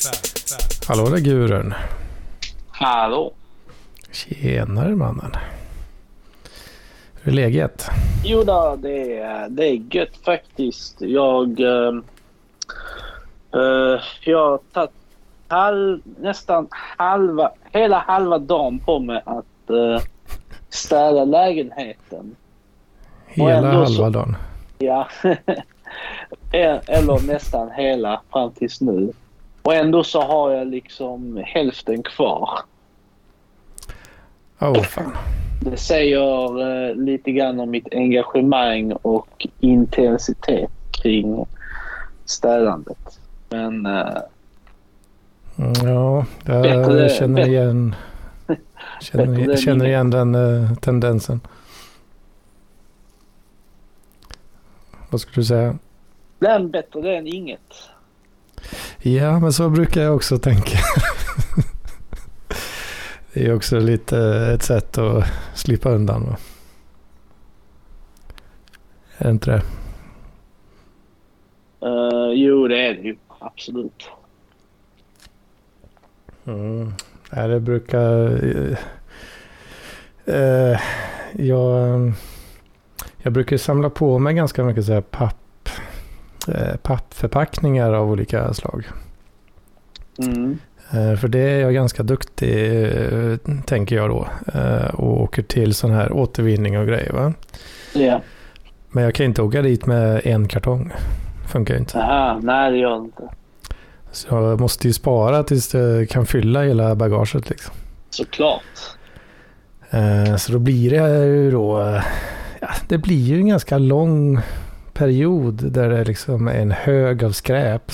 Hallå där Gurun. Hallå. Tjenare mannen. Hur är läget? Jo då, det är gött faktiskt. Jag har tagit nästan hela halva dagen på mig att städa lägenheten. Hela halva dagen? Ja, eller nästan hela fram tills nu. Och ändå så har jag liksom hälften kvar. Fan. Det säger lite grann om mitt engagemang och intensitet kring städandet. Men ja, jag känner igen den tendensen. Vad skulle du säga? Det är bättre det än inget. Ja, men så brukar jag också tänka. Det är också lite ett sätt att slippa undan. Va? Är det inte det? Jo, det är det ju. Absolut. Det brukar... jag brukar samla på mig ganska mycket så här pappförpackningar av olika slag. För det är jag ganska duktig, tänker jag då. Och åker till sån här återvinning och grejer, va? Ja. Men jag kan inte åka dit med en kartong. Funkar inte. Nej, det gör inte. Så jag måste ju spara tills jag kan fylla hela bagaget liksom. Såklart. Så då blir det ju då... Ja, det blir ju en ganska lång period där det liksom är en hög av skräp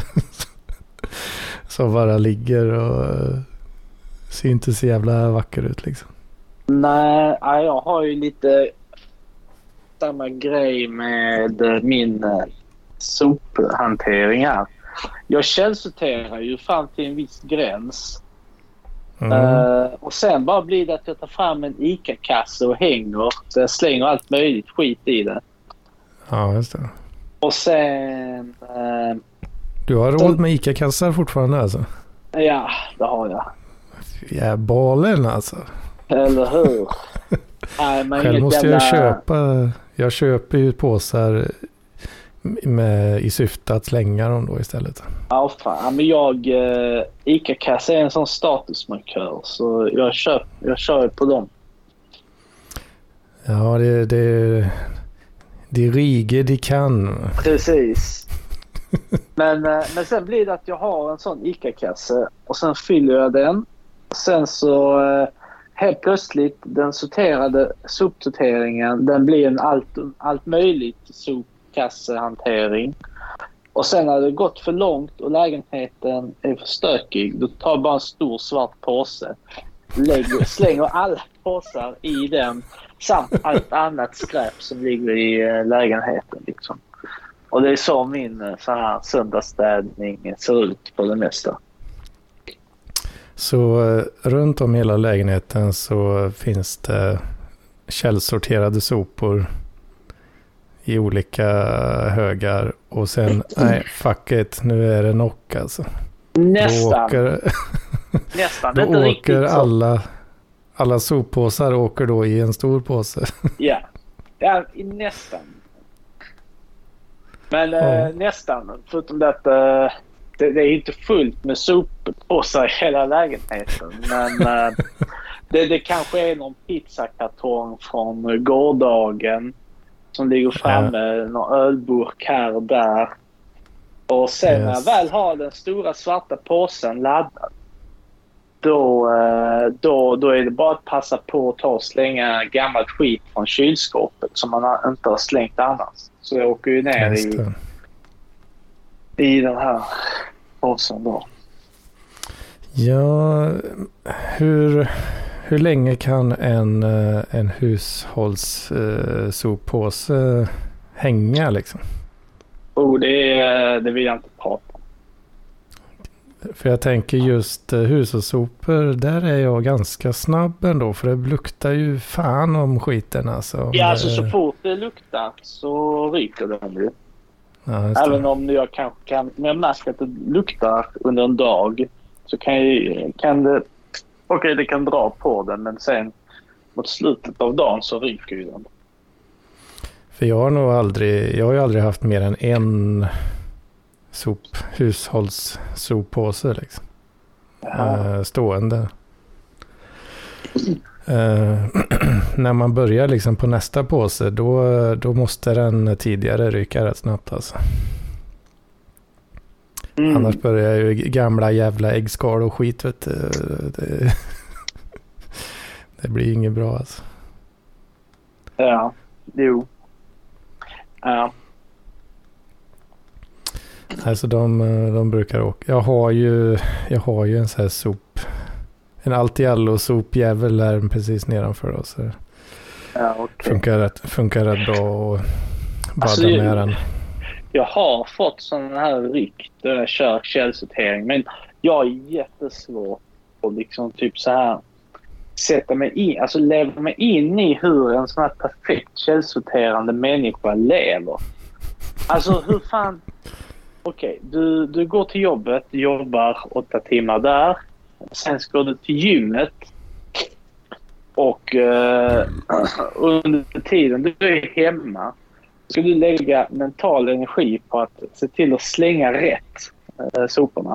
som bara ligger och ser inte så jävla vacker ut liksom. Nej, jag har ju lite samma grej med min sophantering här. Jag källsorterar ju fram till en viss gräns. Och sen bara blir det att jag tar fram en ICA-kasse och hänger. Så jag slänger allt möjligt skit i det. Ja, just det. Och sen... du har råd med ICA-kassar fortfarande alltså? Ja, det har jag. Jävbalen alltså. Eller hur? Nej, men själv måste jag köpa... Jag köper ju påsar i syfte att slänga dem då istället. Ja, fan. Men ICA-kassa är en sån statusmarkör. Så jag kör på dem. Ja, det riger de kan. Precis. Men sen blir det att jag har en sån ICA-kasse och sen fyller jag den. Sen så helt plötsligt den sorterade sopsorteringen, den blir en allt möjligt sopkassehantering. Och sen när det gått för långt och lägenheten är för stökig, då tar jag bara en stor svart påse, slänger alla påsar i den samt allt annat skräp som ligger i lägenheten liksom. Och det är så min så här söndagsstädning ser ut på det mesta. Så runt om hela lägenheten så finns det källsorterade sopor i olika högar och sen, nej fuck it, nu är det knock alltså. Nästan. Då åker alla soppåsar åker då i en stor påse. Ja, nästan. Men nästan, förutom att det är inte fullt med soppåsar i hela lägenheten. Men det kanske är någon pizzakartong från gårdagen som ligger framme, någon ölburk här och där. Och sen när jag väl har den stora svarta påsen laddad, då är det bara att passa på att ta och slänga gammalt skit från kylskåpet som man inte har slängt annars. Så jag åker ju ner i den här påsen då. Ja, hur länge kan en hushållssoppåse hänga liksom? Det vill jag inte prata om. För jag tänker just hushållssopor, där är jag ganska snabb ändå, för det luktar ju fan om skiten alltså. Ja, alltså så fort det luktar så ryker den ju. Ja, just det. Även om jag kanske kan, om jag märker att det luktar under en dag så kan det, okej, det kan dra på den, men sen mot slutet av dagen så ryker ju den. För jag har ju aldrig haft mer än en hushållssoppåse liksom. Stående. När man börjar liksom på nästa påse då måste den tidigare ryka rätt snabbt alltså. Annars börjar ju gamla jävla äggskal och skit, vet du. Det blir inget bra alltså. Ja, jo. Ja. Alltså de brukar åka. Jag har ju en sån här en Altiallo sopjävel där precis nedanför oss. Så Ja, okay. funkar rätt bra och badda Alltså, med den. Jag har fått sån här ryck då jag kör källsortering, men jag är jättesvår att liksom typ så här sätta mig in, alltså leva mig in i hur en sån här perfekt källsorterande människa lever. Alltså hur fan... Okej, du går till jobbet, jobbar 8 timmar där. Sen ska du till gymmet. Och under tiden du är hemma ska du lägga mental energi på att se till att slänga rätt soporna.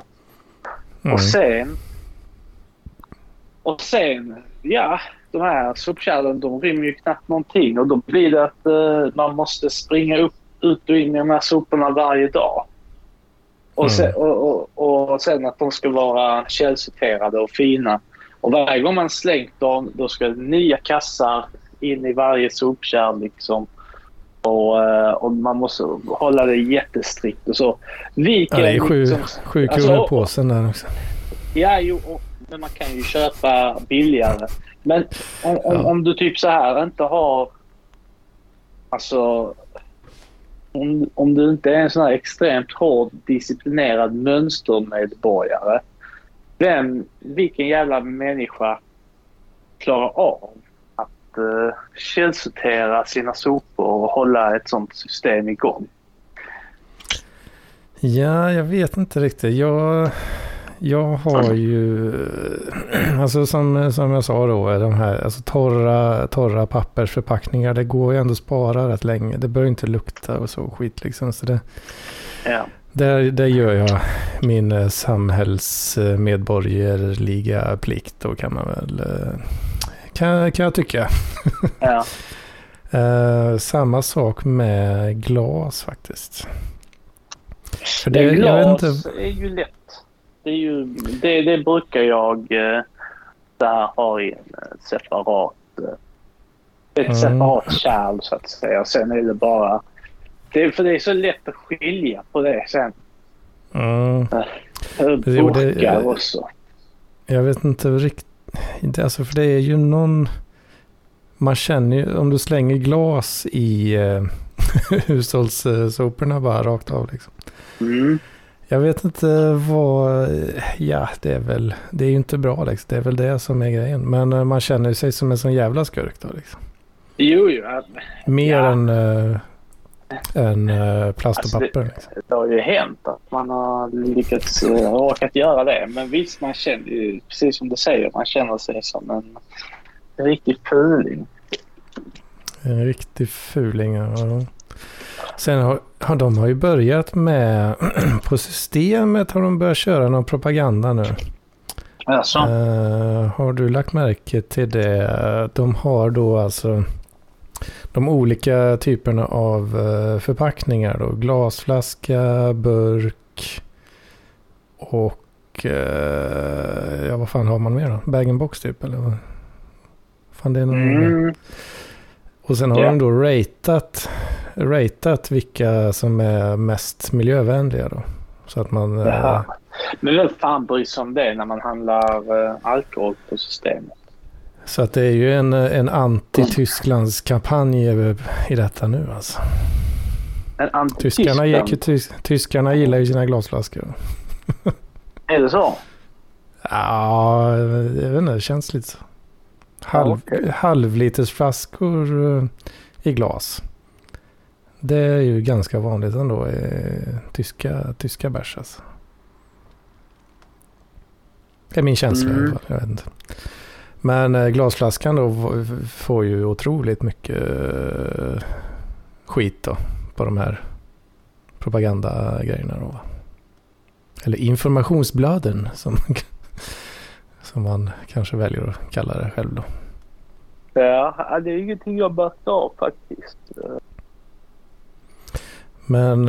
Och sen, ja, de här sopkärlen, de rymmer ju knappt någonting. Och då blir det att man måste springa ut och in i de här soporna varje dag. Och sen att de ska vara källsorterade och fina. Och varje gång man slängt dem, då ska nya kassar in i varje sopkärl liksom. Och man måste hålla det jättestrikt och så. Det är 7 kronor påsen där också. Ja, jo, men man kan ju köpa billigare. Men om du typ så här inte har... Alltså... Om du inte är en sån här extremt hård, disciplinerad mönstermedborgare, vilken jävla människa klarar av att källsortera sina sopor och hålla ett sånt system igång? Ja, jag vet inte riktigt. Jag har ju, alltså som jag sa då, de här alltså torra pappersförpackningar, det går ju ändå att spara rätt länge. Det bör inte lukta och så skit liksom. Så där gör jag min samhällsmedborgerliga plikt, då kan man väl, kan jag tycka. Ja. Samma sak med glas faktiskt. För Glas jag vet inte... är ju lätt. Det brukar jag där ha i en separat kärl så att säga. Sen är det bara för det är så lätt att skilja på det sen. Burkar också. Jag vet inte riktigt, alltså för det är ju någon, man känner ju om du slänger glas i hushållssoporna bara rakt av liksom. Jag vet inte vad... Ja, det är ju inte bra liksom. Det är väl det som är grejen. Men man känner sig som en sån jävla skurk då liksom. Jo. Mer än plast och papper. Liksom. Det har ju hänt att man har lyckats råkat göra det. Men visst, man känner ju, precis som du säger, man känner sig som en riktig fuling. En riktig fuling, ja. Sen har de ju börjat med på systemet har de börjat köra någon propaganda nu. Alltså. Har du lagt märke till det? De har då alltså de olika typerna av förpackningar då. Glasflaska, burk och vad fan har man mer då? Bag-in-box typ eller vad? Fan, det är någon Och sen har de då ratat vilka som är mest miljövänliga då. Så att man... Men vem fan bryr sig om det när man handlar alkohol på systemet? Så att det är ju en anti-Tysklands kampanj i detta nu alltså. En anti-Tyskland? Tyskarna gillar ju sina glasflaskor. Är det så? Ja, jag vet inte, det känns lite så. Halvlitersflaskor i glas. Det är ju ganska vanligt ändå i tyska bärs alltså. Det är min känsla i alla fall, jag vet inte. Men glasflaskan då får ju otroligt mycket skit då på de här propagandagrejerna då. Eller informationsbladen som man kanske väljer att kalla det själv då. Ja, det är ingenting jag bara sa faktiskt. Men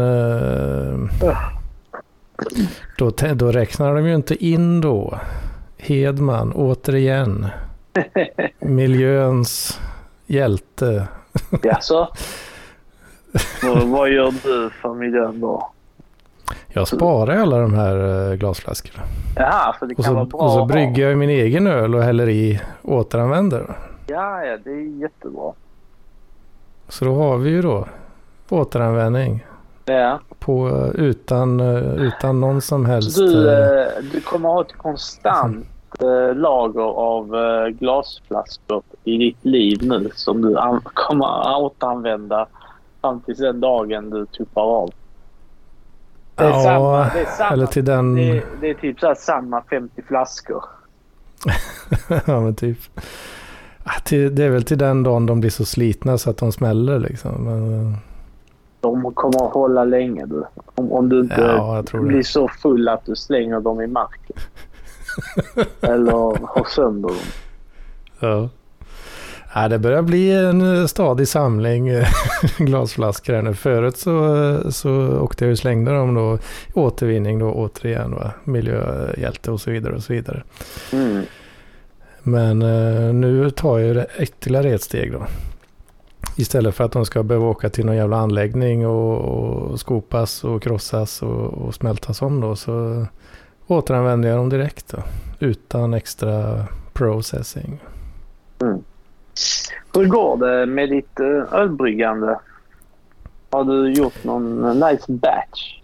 då räknar de ju inte in då Hedman återigen. Miljöns hjälte. Jaså? Vad gör du för miljön då? Jag sparar alla de här glasflaskorna. Ja, för det kan vara bra. Och så brygger jag min egen öl och häller i återanvänder. Ja, det är jättebra. Så då har vi ju då återanvändning. Ja. Utan någon som helst... Så du kommer ha ett konstant lager av glasflaskor i ditt liv nu som du kommer att återanvända fram till den dagen du tuppar av. Det är samma, eller till den... det är typ så här samma 50 flaskor. Ja, men typ. Det är väl till den dagen de blir så slitna så att de smäller liksom. Men... De kommer att hålla länge du. Om du inte blir så full att du slänger dem i marken. Eller har sönder dem. Ja. Ja, det börjar bli en stadig samling glasflaskor här nu. Förut så åkte jag och slängde dem då. Återvinning då återigen, va? Miljöhjälte och så vidare och så vidare. Mm. Men nu tar jag det ytterligare ett steg då. Istället för att de ska behöva åka till någon jävla anläggning och skopas och krossas och smältas om då, så återanvänder jag dem direkt då, utan extra processing. Mm. Hur går det med ditt ölbryggande? Har du gjort någon nice batch?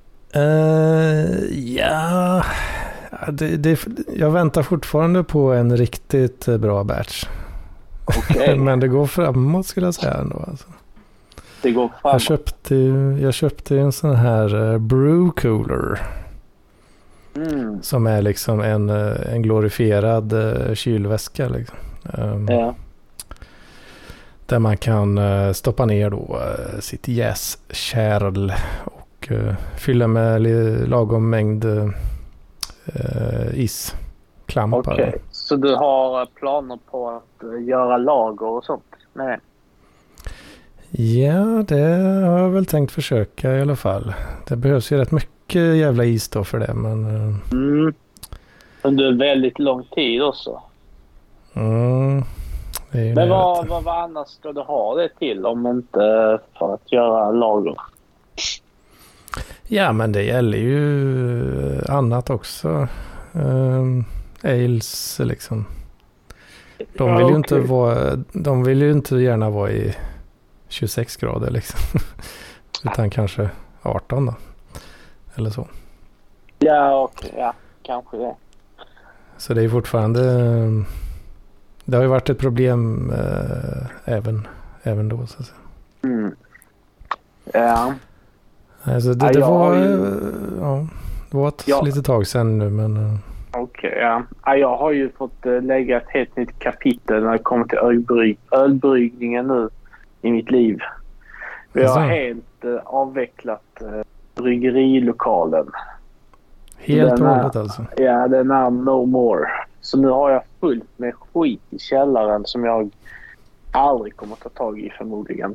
Ja, jag väntar fortfarande på en riktigt bra batch. Okay. Men det går framåt skulle jag säga ändå. Alltså. Det går framåt. Jag köpte en sån här brew cooler. Mm. Som är liksom en glorifierad kylväska. Liksom. Ja. Där man kan stoppa ner då sitt jäskärl och fylla med lagom mängd isklampar. Okej, så du har planer på att göra lager och sånt? Nej. Ja, det har jag väl tänkt försöka i alla fall. Det behövs ju rätt mycket jävla is då för det, men... Under väldigt lång tid också. Det är ju men vad annars ska du ha det till om inte för att göra lager? Ja, men det gäller ju annat också. Ales liksom. De vill ju inte gärna vara i 26 grader liksom. Utan kanske 18 då. Eller så. Ja, okej. Ja, kanske det. Så det är fortfarande... Det har ju varit ett problem även då så att säga. Mm. Ja. Alltså det var ett lite tag sedan nu, men... Okej, ja. Jag har ju fått lägga ett helt nytt kapitel när det kommer till ölbryggningen nu i mitt liv. Vi har helt avvecklat bryggerilokalen. Helt och hållet alltså? Ja, den är no more. Så nu har jag fullt med skit i källaren som jag aldrig kommer ta tag i förmodligen.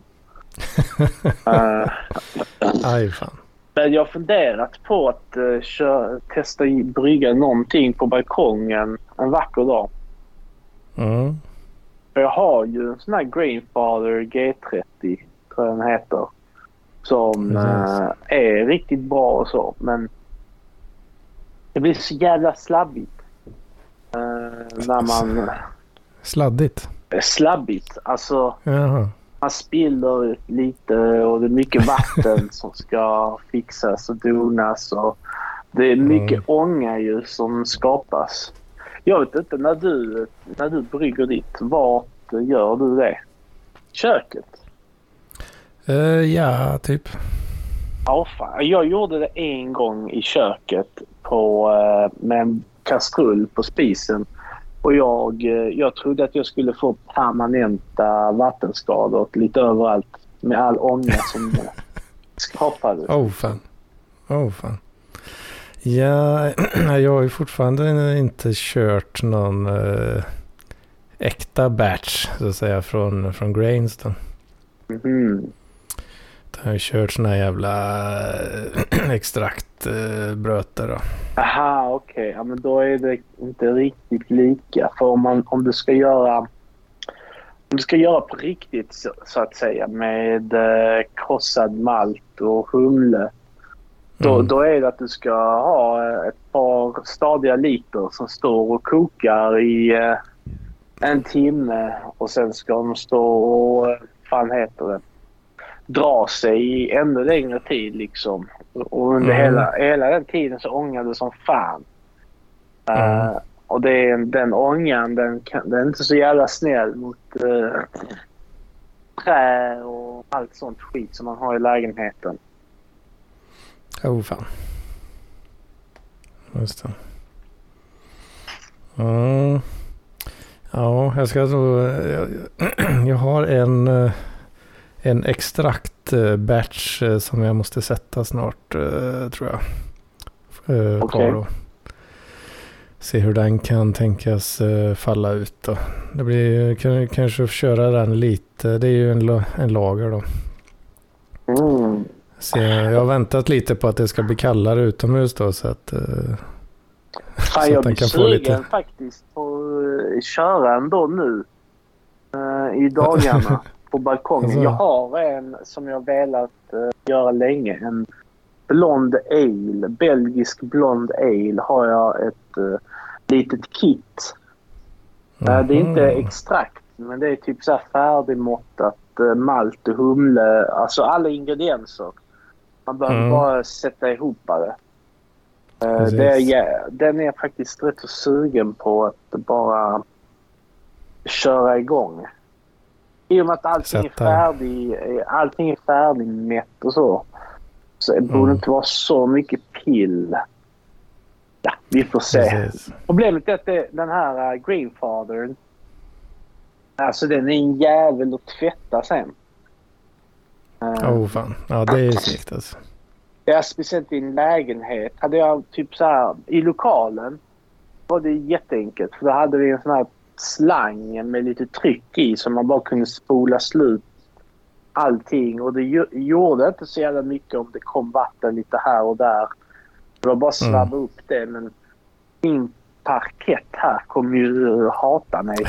Aj fan. Men jag har funderat på att testa brygga någonting på balkongen en vacker dag. Mm. För jag har ju en sån här Grainfather G30, tror jag den heter. Som är riktigt bra och så. Men det blir så jävla slabbigt. När man... Sladdigt? Slabbigt. Alltså... Jaha. Man spiller lite och det är mycket vatten som ska fixas och donas. Och det är mycket ånga ju som skapas. Jag vet inte, när du brygger ditt, vart gör du det? Köket? Ja, typ. Ja, fan. Jag gjorde det en gång i köket med en kastrull på spisen. Och jag trodde att jag skulle få permanenta vattenskador lite överallt med all ånga som skapades. Fan. Ja, jag har ju fortfarande inte kört någon äkta batch så att säga från Grains då. Mm. Jag har kört såna här jävla extraktbröter då. Aha, okej. Ja, men då är det inte riktigt lika. För om du ska göra på riktigt så att säga med krossad malt och humle, då är det att du ska ha ett par stadiga liter som står och kokar i en timme och sen ska de stå och dra sig i ännu längre tid liksom. Och under hela den tiden så ångar det som fan. Och den ångan, den är inte så jävla snäll mot trä och allt sånt skit som man har i lägenheten. Fan. Just det. Ja, jag ska så... Jag har en extrakt batch som jag måste sätta snart, tror jag. Okej. Då. Se hur den kan tänkas falla ut då. Det blir kanske köra den lite. Det är ju en lager då. Så jag har väntat lite på att det ska bli kallare utomhus då så att jag blir sugen faktiskt på att köra ändå nu i dagarna på balkongen. Alltså. Jag har en som jag velat göra länge. En blond ale, belgisk blond ale har jag ett litet kit. Det är inte extrakt, men det är typ så här färdigmåttat malt och humle, alltså alla ingredienser. Man behöver bara sätta ihop det. Den är faktiskt rätt så sugen på att bara köra igång. I och med att allting är färdigmätt och så det borde inte vara så mycket pill. Ja, vi får se. Precis. Problemet är att den här Greenfather, alltså den är en jävel att tvätta sen. Fan. Ja, det är snyggt alltså. Ja, speciellt i en lägenhet. Hade jag typ så här i lokalen var det jätteenkelt. För då hade vi en sån här slang med lite tryck i som man bara kunde spola slut allting. Och det gjorde inte så jävla mycket om det kom vatten lite här och där. Det var bara snabba upp det. Men min parkett här kommer ju hata mig.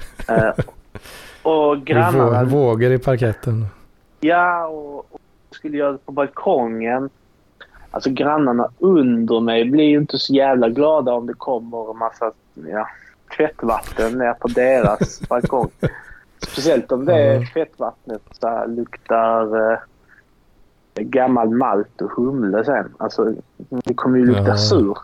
Och grannarna... Vågor i parketten. Ja, och skulle göra det på balkongen. Alltså grannarna under mig blir ju inte så jävla glada om det kommer en massa tvättvatten ner på deras balkong. Speciellt om det tvättvattnet så här, luktar gammal malt och humle sen. Alltså det kommer ju lukta surt.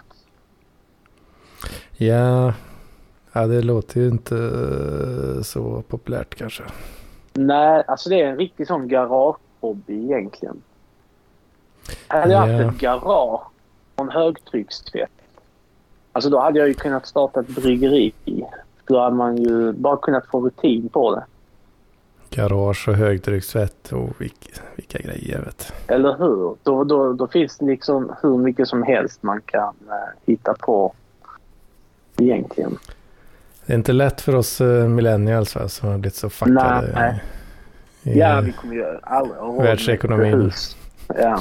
Ja, det låter ju inte så populärt kanske. Nej, alltså det är en riktig sån garagehobby egentligen. Hade jag haft ett garage och en högtryckstvätt, alltså då hade jag ju kunnat starta ett bryggeri. Då hade man ju bara kunnat få rutin på det. Garage och högtryckstvätt och vilka grejer, vet. Eller hur? Då finns det liksom hur mycket som helst man kan hitta på egentligen. Det är inte lätt för oss millennials som har blivit så fuckade. Nej. Ja, vi kommer ju aldrig ha råd med världsekonomin. Ja.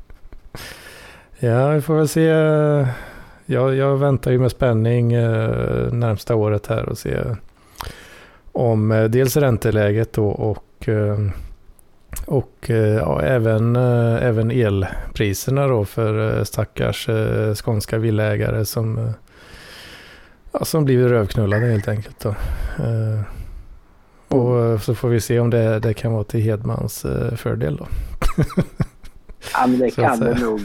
Ja, vi får väl se. Jag väntar ju med spänning närmsta året här och se om dels ränteläget då och även elpriserna då för stackars skånska villägare som blivit rövknullade helt enkelt då. Och så får vi se om det kan vara till Hedmans fördel då. Ja, men det kan det nog.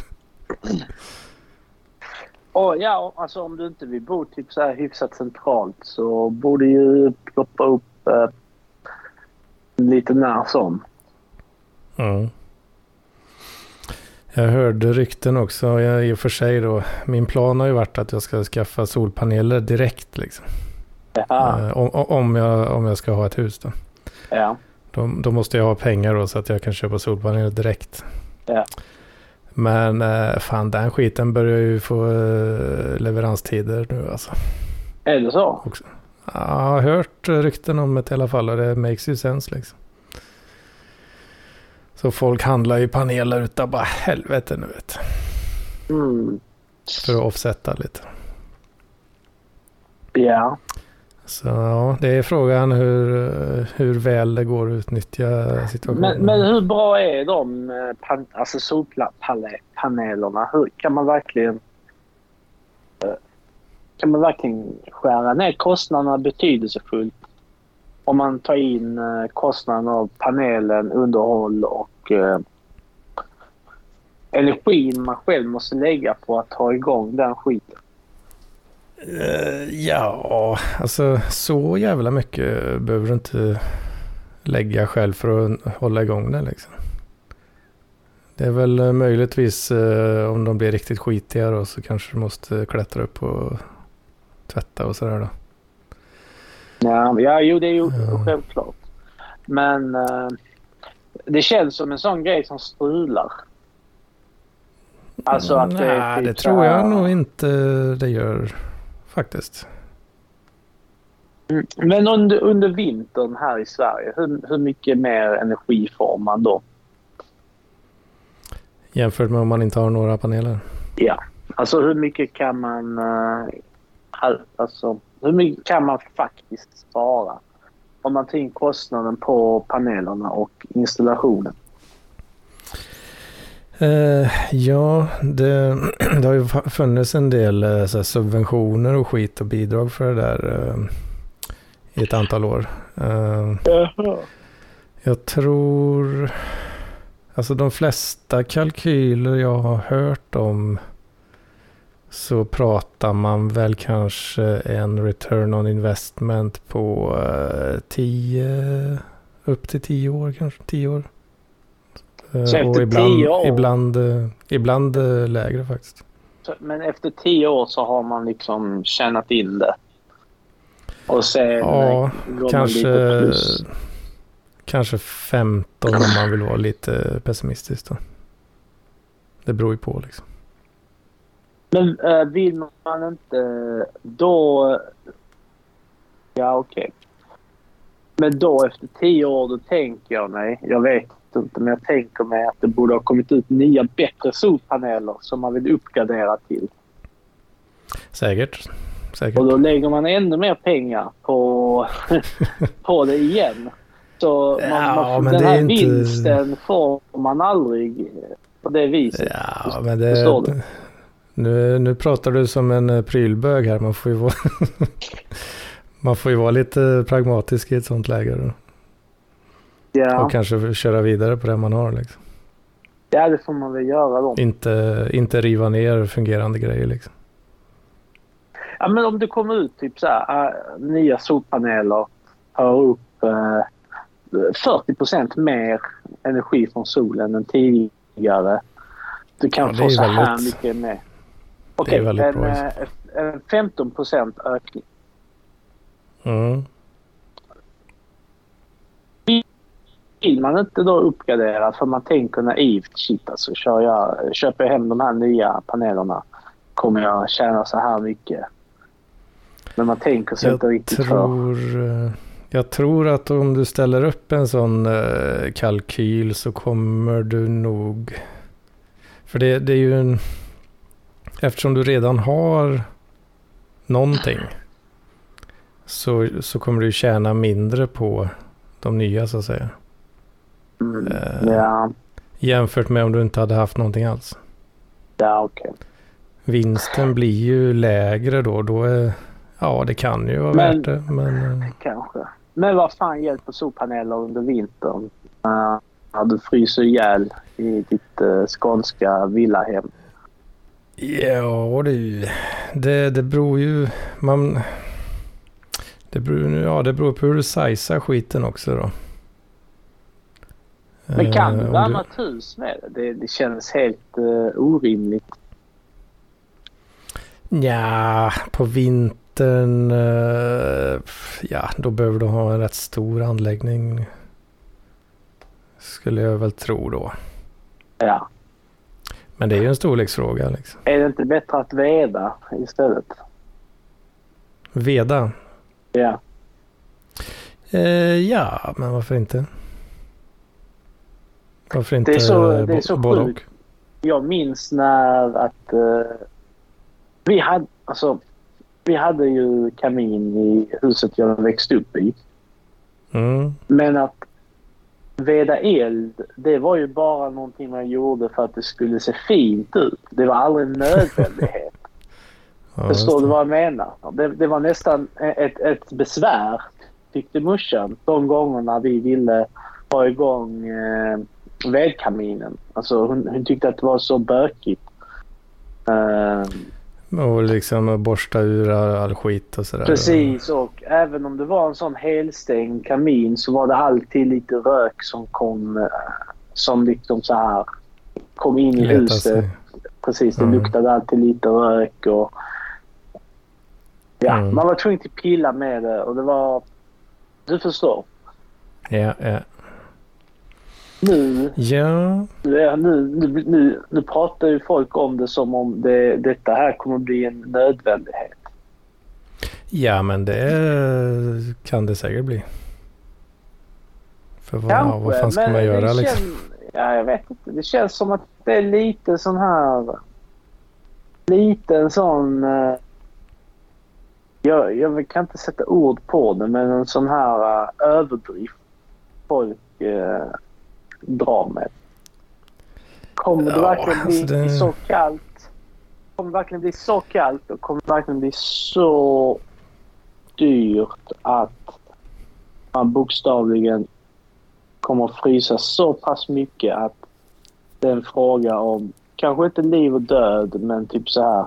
Och ja, alltså om du inte vill bo typ så här hyfsat centralt så borde ju ploppa upp lite när som. Mm. Jag hörde rykten också, i och för sig då. Min plan har ju varit att jag ska skaffa solpaneler direkt liksom. Om jag ska ha ett hus då. Ja. Då måste jag ha pengar då så att jag kan köpa solpaneler direkt. Ja. Men fan, den skiten börjar ju få leveranstider nu alltså. Är det så? Också. Jag har hört rykten om det i alla fall och det makes ju sense liksom. Så folk handlar ju paneler utav bara helvete nu vet. För att offsätta lite. Ja. Så ja, det är frågan hur väl det går att utnyttja situationen. Men hur bra är de alltså solpanelerna? Hur kan man verkligen skära ner kostnaderna betydelsefullt om man tar in kostnaden av panelen, underhåll och energin man själv måste lägga på att ta igång den skiten? Ja, alltså så jävla mycket behöver du inte lägga själv för att hålla igång det liksom. Det är väl möjligtvis om de blir riktigt skitiga då, så kanske du måste klättra upp och tvätta och sådär då. Ja, jo, det är ju självklart. Men det känns som en sån grej som strular. Alltså att det tror jag nog inte det gör faktiskt. Men under vintern här i Sverige, hur mycket mer energi får man då? Jämfört med om man inte har några paneler? Ja, alltså hur mycket kan man faktiskt spara om man tar in kostnaden på panelerna och installationen? Ja, det har ju funnits en del så här, subventioner och skit och bidrag för det där i ett antal år. Jag tror, alltså de flesta kalkyler jag har hört om, så pratar man väl kanske en return on investment på upp till 10 år, kanske 10 år. Och ibland lägre faktiskt. Men efter 10 år så har man liksom tjänat in det. Och sen går kanske, man lite plus. Kanske 15 om man vill vara lite pessimistisk då. Det beror ju på liksom. Men vill man inte då... Ja, okej. Men då efter 10 år då tänker jag mig, jag vet inte, men jag tänker mig att det borde ha kommit ut nya bättre solpaneler som man vill uppgradera till. Säkert. Och då lägger man ännu mer pengar på det igen. Så den här vinsten får man aldrig på det viset. Ja, men nu pratar du som en prylbög här. Man får ju vara lite pragmatisk i ett sånt läge då. Ja. Och kanske köra vidare på det man har liksom. Ja, det får man väl göra då. Inte riva ner fungerande grejer liksom. Ja, men om det kommer ut typ så här, nya solpaneler har upp 40% mer energi från solen än tidigare. Du kan få så här mycket mer. Okej, en 15% ökning. Mm. Vill man inte då uppgradera, för man tänker naivt, shit alltså, köper jag hem de här nya panelerna kommer jag tjäna så här mycket. Men man tänker sig inte riktigt Jag tror att om du ställer upp en sån kalkyl så kommer du nog... För det är ju eftersom du redan har någonting så kommer du tjäna mindre på de nya så att säga. Ja. Jämfört med om du inte hade haft någonting alls. Ja, okej. Vinsten blir ju lägre då är... Ja, det kan ju vara värt det. Men... Kanske. Men vad fan hjälper solpaneler under vintern? Du fryser ihjäl i ditt skånska villahem. Ja, det beror ju... Det beror på hur du sizear skiten också då. Men kan du värma ett hus med det? Det känns helt orimligt. Ja, på vintern, ja, då behöver du ha en rätt stor anläggning. Skulle jag väl tro då. Ja. Men det är ju en storleksfråga liksom. Är det inte bättre att veda istället? Veda? Ja. Ja, men varför inte? Varför inte det är så sjukt. Jag minns när att vi hade ju kamin i huset jag växte upp i. Mm. Men att veda eld, det var ju bara någonting man gjorde för att det skulle se fint ut. Det var aldrig en nödvändighet. Ja, förstår du vad jag menar? Det var nästan ett besvär, tyckte morsan, de gångerna vi ville ha igång vedkaminen. Alltså hon tyckte att det var så bökigt. Och liksom borsta ur all skit och sådär. Precis, och även om det var en sån helstängd kamin så var det alltid lite rök som kom, som liksom så här kom in i huset. Precis, det luktade alltid lite rök och man var tvungen att pilla med det och det var, du förstår. Ja. Nu pratar ju folk om det som om detta här kommer bli en nödvändighet. Ja, men det kan det säkert bli. För vad fan ska man göra liksom? Jag vet inte. Det känns som att det är lite sån här... Lite en sån... Jag kan inte sätta ord på det, men en sån här överdrift folk drar med. Kommer det verkligen bli så kallt? Kommer det verkligen bli så kallt och kommer det verkligen bli så dyrt att man bokstavligen kommer att frysa så pass mycket att det är en fråga om kanske inte liv och död, men typ så här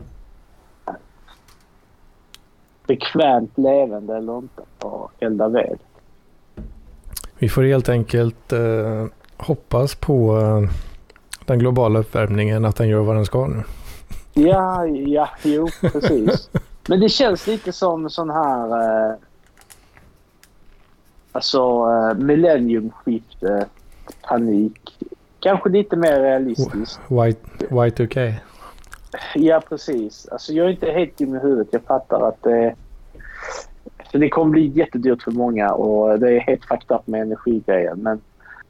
bekvämt levande eller inte och elda ved. Vi får helt enkelt hoppas på den globala uppvärmningen, att den gör vad den ska nu. Jo, precis. Men det känns lite som sån här millenniumskifte panik. Kanske lite mer realistiskt. Y2K. Ja, precis. Alltså jag är inte helt dum i huvudet. Jag fattar att det kommer bli jättedyrt för många och det är helt fucked up med energigrejen. Men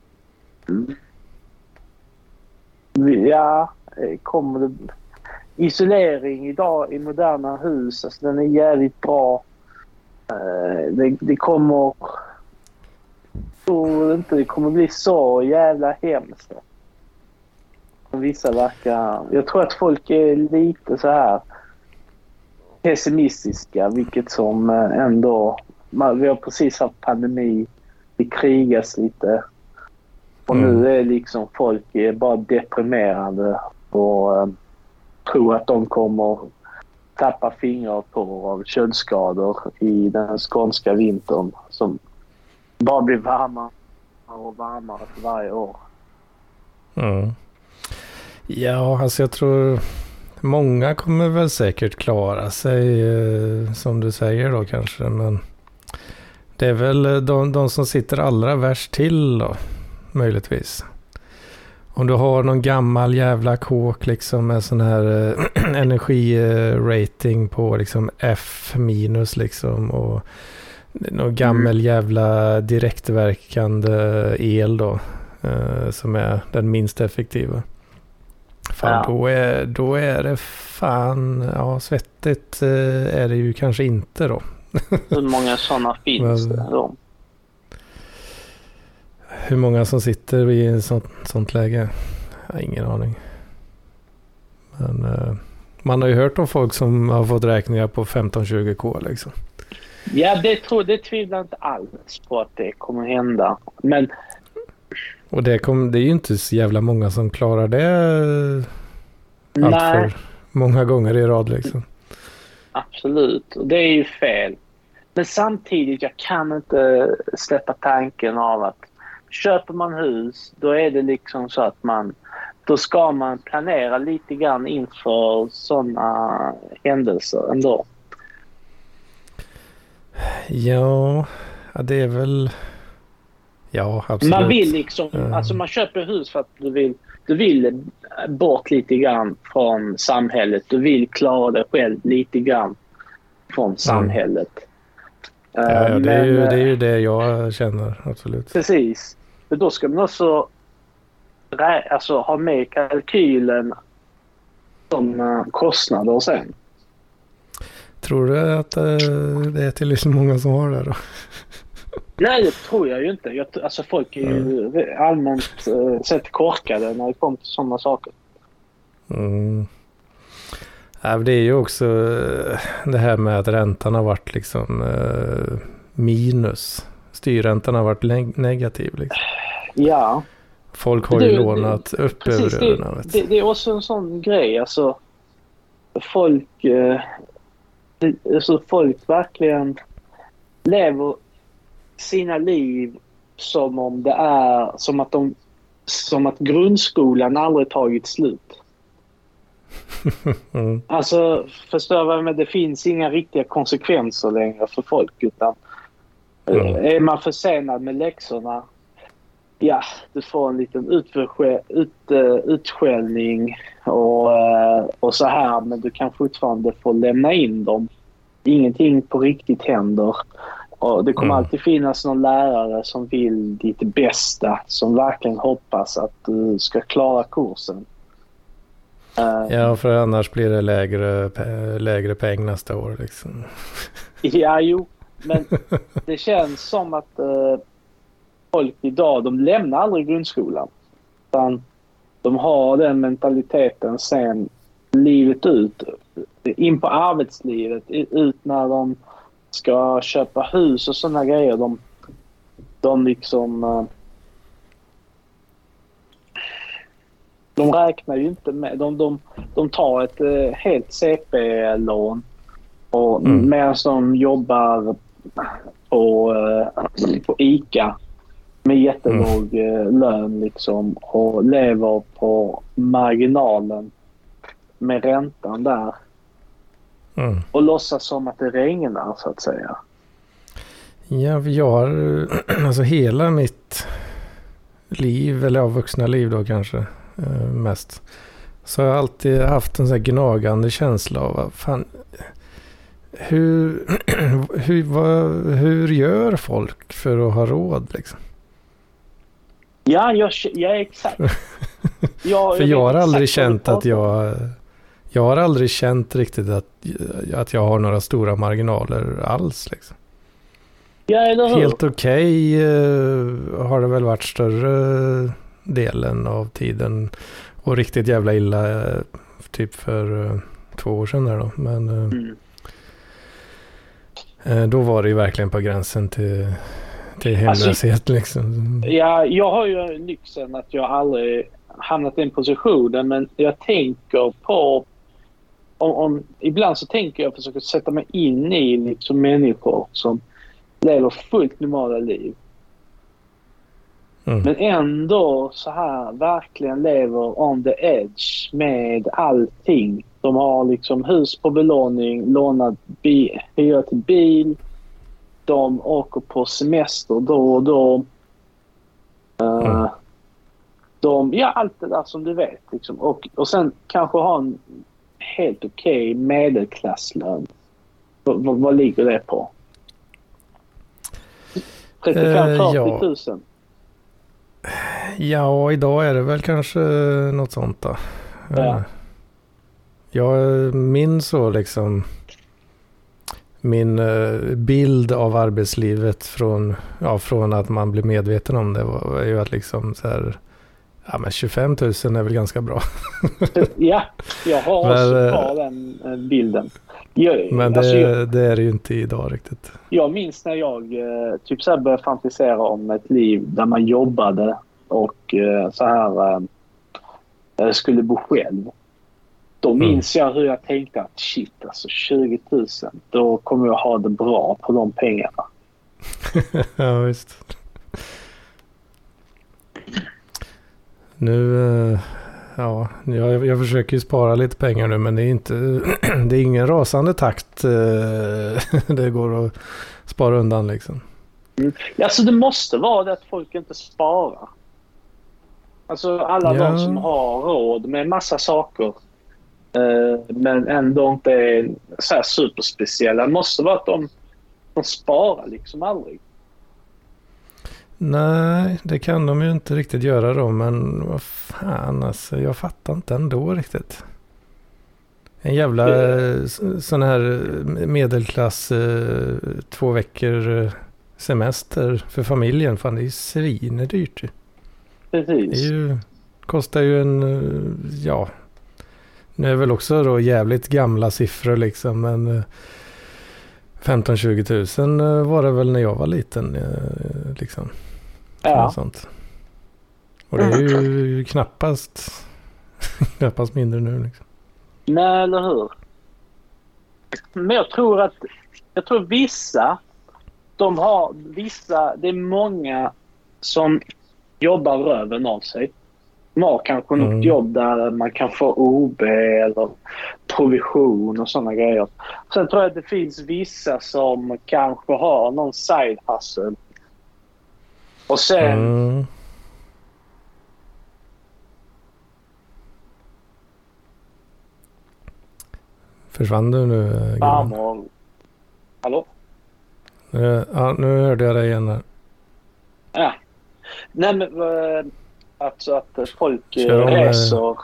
kommer det... Isolering idag i moderna hus, alltså den är jävligt bra. Det kommer... det kommer bli så jävla hemskt. Vissa verkar... Jag tror att folk är lite så här pessimistiska, vilket som ändå... Vi har precis haft pandemi, det krigas lite. Och nu är liksom folk är bara deprimerade och tror att de kommer tappa fingrar på av köldskador i den skånska vintern som bara blir varmare och varmare för varje år. Ja, alltså jag tror många kommer väl säkert klara sig som du säger då kanske, men det är väl de som sitter allra värst till då, möjligtvis. Om du har någon gammal jävla kåk liksom med sån här energirating på liksom F- liksom och någon gammal jävla direktverkande el då som är den minst effektiva. Fan, då är det fan, svettigt är det ju kanske inte då. Hur många sådana finns det då? Hur många som sitter i en sånt läge? Jag har ingen aning. Men man har ju hört om folk som har fått räkningar på 15-20k liksom. Ja, det tvivlar inte alls på att det kommer hända. Men... Och det är ju inte så jävla många som klarar det allt för många gånger i rad liksom. Absolut, och det är ju fel. Men samtidigt, jag kan inte släppa tanken av att köper man hus, då är det liksom så att då ska man planera lite grann inför sådana händelser ändå. Ja, det är väl... Ja, absolut. Man vill liksom, alltså man köper hus för att du vill bort lite grann från samhället. Du vill klara dig själv lite grann från samhället. Ja, det är ju det jag känner, absolut. Precis. Men då ska man också ha med i kalkylen de kostnader sen. Tror du att det är tillräckligt många som har det då? Nej, det tror jag ju inte. Alltså folk är ju allmänt sett korkade när det kommer till sådana saker. Ja, det är ju också det här med att räntan har varit liksom minus. Styrräntan har varit negativ liksom. Ja. Folk har ju lånat upp precis, över öronen. Det är också en sån grej. Alltså, folk verkligen lever sina liv som om det är som att grundskolan aldrig tagit slut. Alltså, förstår vad jag menar? Det finns inga riktiga konsekvenser längre för folk, utan är man försenad med läxorna, ja, du får en liten utskällning och så här, men du kan fortfarande få lämna in dem. Ingenting på riktigt händer. Och det kommer alltid finnas någon lärare som vill ditt bästa, som verkligen hoppas att du ska klara kursen. Ja, för annars blir det lägre peng nästa år liksom. Ja, jo. Men det känns som att folk idag, de lämnar aldrig grundskolan. Utan de har den mentaliteten sen livet ut. In på arbetslivet, ut när de ska köpa hus och sådana grejer. De liksom... De räknar ju inte med... De tar ett helt CP-lån och medan de jobbar på ICA med jättelåg lön liksom, och lever på marginalen med räntan där. Och låtsas som att det regnar, så att säga. Ja, jag har alltså hela mitt liv, eller vuxna liv då kanske mest, så har jag alltid haft en sån här gnagande känsla av fan, hur gör folk för att ha råd liksom? Ja, jag exakt. För jag har aldrig känt att jag har aldrig känt riktigt att jag har några stora marginaler alls liksom. Ja, eller hur? Helt okej har det väl varit större delen av tiden, och riktigt jävla illa typ för 2 år sedan där då. Men då var det ju verkligen på gränsen till hemlöshet alltså, liksom. Ja, jag har ju lyxen att jag aldrig hamnat i den positionen, men jag tänker på ibland så tänker jag försöka sätta mig in i liksom människor som lever fullt normala liv. Men ändå så här verkligen lever on the edge med allting. De har liksom hus på belåning, lånat hyra till bil. De åker på semester då och då. Allt det där som du vet. Liksom. Och sen kanske ha en helt okej medelklasslön. Vad ligger det på? 35-40 000. Ja, idag är det väl kanske något sånt då. Ja. Jag minns så liksom min bild av arbetslivet från att man blir medveten om det var ju att liksom så här, ja men 25 000 är väl ganska bra. Ja, jag har också kvar den bilden. Men det är det ju inte idag riktigt. Jag minns när jag typ så här började fantisera om ett liv där man jobbade och så här skulle bo själv. Då minns jag hur jag tänkte att shit, alltså 20 000, då kommer jag ha det bra på de pengarna. Ja, visst. Nu, ja, jag försöker ju spara lite pengar nu, men det är inte, det är ingen rasande takt det går att spara undan liksom. Alltså det måste vara det att folk inte sparar. Alltså alla de som har råd med massa saker men ändå inte är så här superspeciella. Det måste vara att de sparar liksom aldrig. Nej, det kan de ju inte riktigt göra då, men vad fan alltså, jag fattar inte ändå riktigt. En jävla sån här medelklass 2 veckor semester för familjen, fan det är ju svindyrt ju. Precis. Det kostar ju ja, nu är väl också då jävligt gamla siffror liksom, men 15-20 000 var det väl när jag var liten liksom. Ja. Sånt. Och det är ju knappast mindre nu liksom. Nej, eller hur? Men jag tror vissa, det är många som jobbar röven av sig. De har kanske något jobb där man kan få OB eller provision och sådana grejer. Sen tror jag att det finns vissa som kanske har någon side hustle. Och sen... Försvann du nu? Farmor. Hallå? Ja, nu hörde jag dig igen här. Ja. Nej men alltså att folk reser.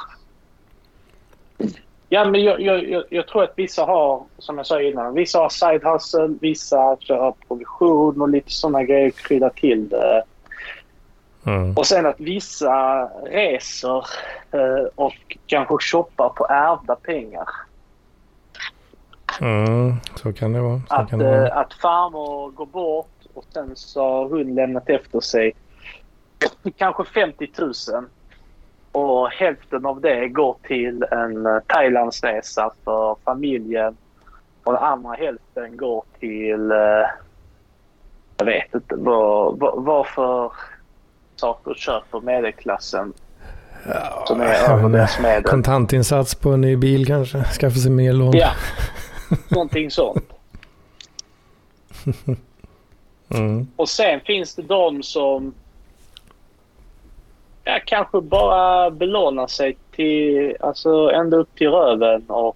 Ja men jag tror att vissa har, som jag sa innan, vissa har side hustle, vissa kör provision och lite sådana grejer, krydda till det. Och sen att vissa reser och kanske shoppar på ärvda pengar. Så kan det vara. Att farmor går bort och sen så har hon lämnat efter sig kanske 50 000 och hälften av det går till en Thailandsresa för familjen och den andra hälften går till jag vet inte vad för saker köper medelklassen som är över deras medel. Kontantinsats på en ny bil kanske, skaffa sig mer lån. Ja, någonting sånt. Och sen finns det de som kanske bara belånar sig till, alltså ända upp till röven och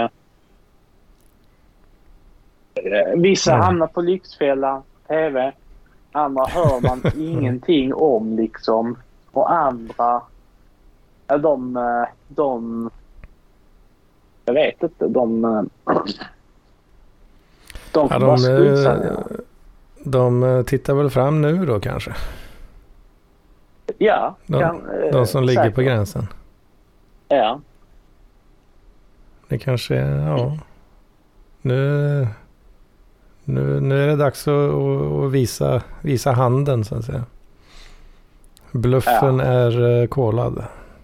vissa hamnar på Lyxfällan, TV. Andra hör man ingenting om liksom. Och andra de jag vet inte, de tittar väl fram nu då kanske? Ja. De som ligger säkert på gränsen. Ja. Det kanske är, ja. Nu är det dags att visa handen så att säga. Bluffen är kolad.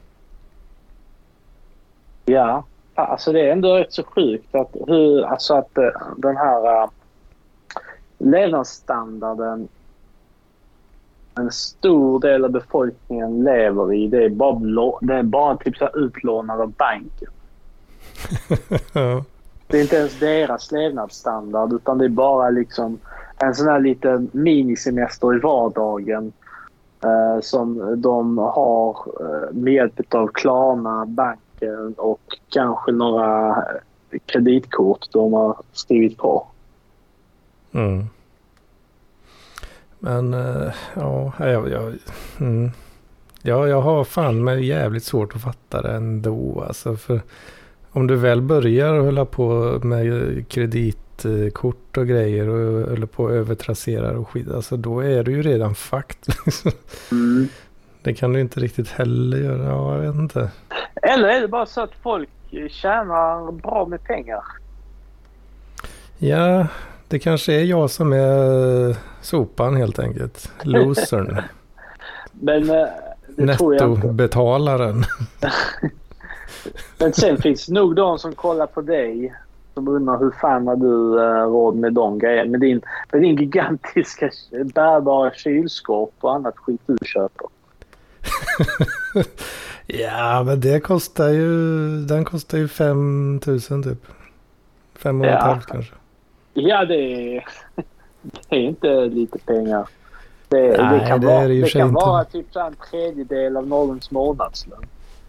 Ja, alltså det är ändå rätt så sjukt att den här levnadsstandarden en stor del av befolkningen lever i, det är bara typ så utlånad av banken. Ja. Det är inte ens deras levnadsstandard utan det är bara liksom en sån här liten minisemester i vardagen som de har med hjälp av Klarna, banken och kanske några kreditkort de har skrivit på. Men jag har fan med jävligt svårt att fatta det ändå. Alltså för om du väl börjar hålla på med kreditkort och grejer och håller på att övertrassera och skit, alltså då är du ju redan fucked. Det kan du inte riktigt heller göra, jag vet inte. Eller är det bara så att folk tjänar bra med pengar? Ja, det kanske är jag som är sopan helt enkelt. Losern. Men det tror jag inte. Nettobetalaren. Men sen finns det nog de som kollar på dig som undrar hur fan har du råd med de grejerna. Med din gigantiska bärbara kylskåp och annat skit du köper. Ja, men den kostar ju 5 000 typ. 5,5 kanske. Ja, det är inte lite pengar. Det kan vara typ så en tredjedel av någons månadslön.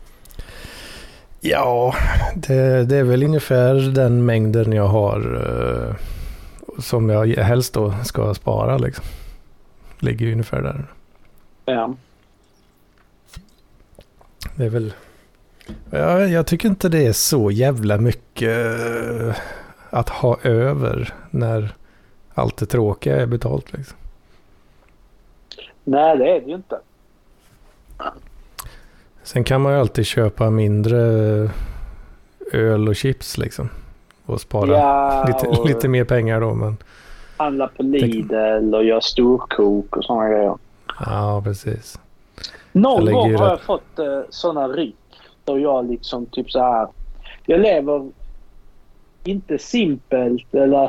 Ja, det är väl ungefär den mängden jag har som jag helst då ska spara liksom. Ligger ju ungefär där. Ja. Det är väl... Jag tycker inte det är så jävla mycket att ha över när allt det tråkiga är betalt liksom. Nej, det är det ju inte. Sen kan man ju alltid köpa mindre öl och chips liksom. Och spara lite mer pengar då. Men handla på Lidl och göra storkok och sådana grejer. Ja, precis. Någon gång har jag fått sådana ryck. Då jag liksom typ så här. Jag lever inte simpelt eller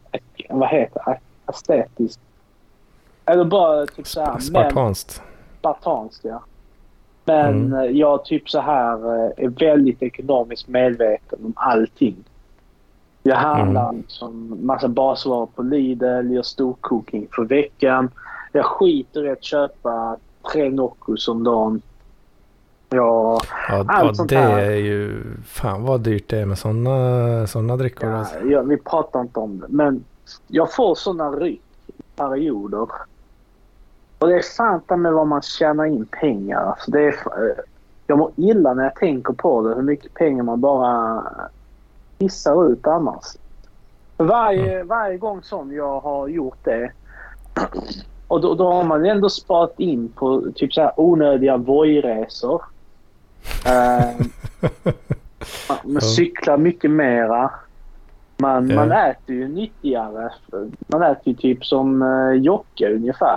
estetiskt. Eller bara typ så här. Spartanskt, ja. Men jag typ så här är väldigt ekonomiskt medveten om allting. Jag handlar liksom massa basvaror på Lidl, gör storkoking för veckan. Jag skiter i att köpa 3 Noccos om dagen. Ja, sånt det här. är ju... Fan vad dyrt det är med såna drickor. Ja, alltså. vi pratar inte om det. Men jag får såna ryck i perioder. Och det är sant med vad man tjänar in pengar. Alltså jag mår illa när jag tänker på det. Hur mycket pengar man bara pissar ut annars. Varje gång som jag har gjort det. Och då har man ändå sparat in på typ så här onödiga Voi-resor. Man cyklar mycket mera. Man äter ju nyttigare. Man äter ju typ som Jocke ungefär.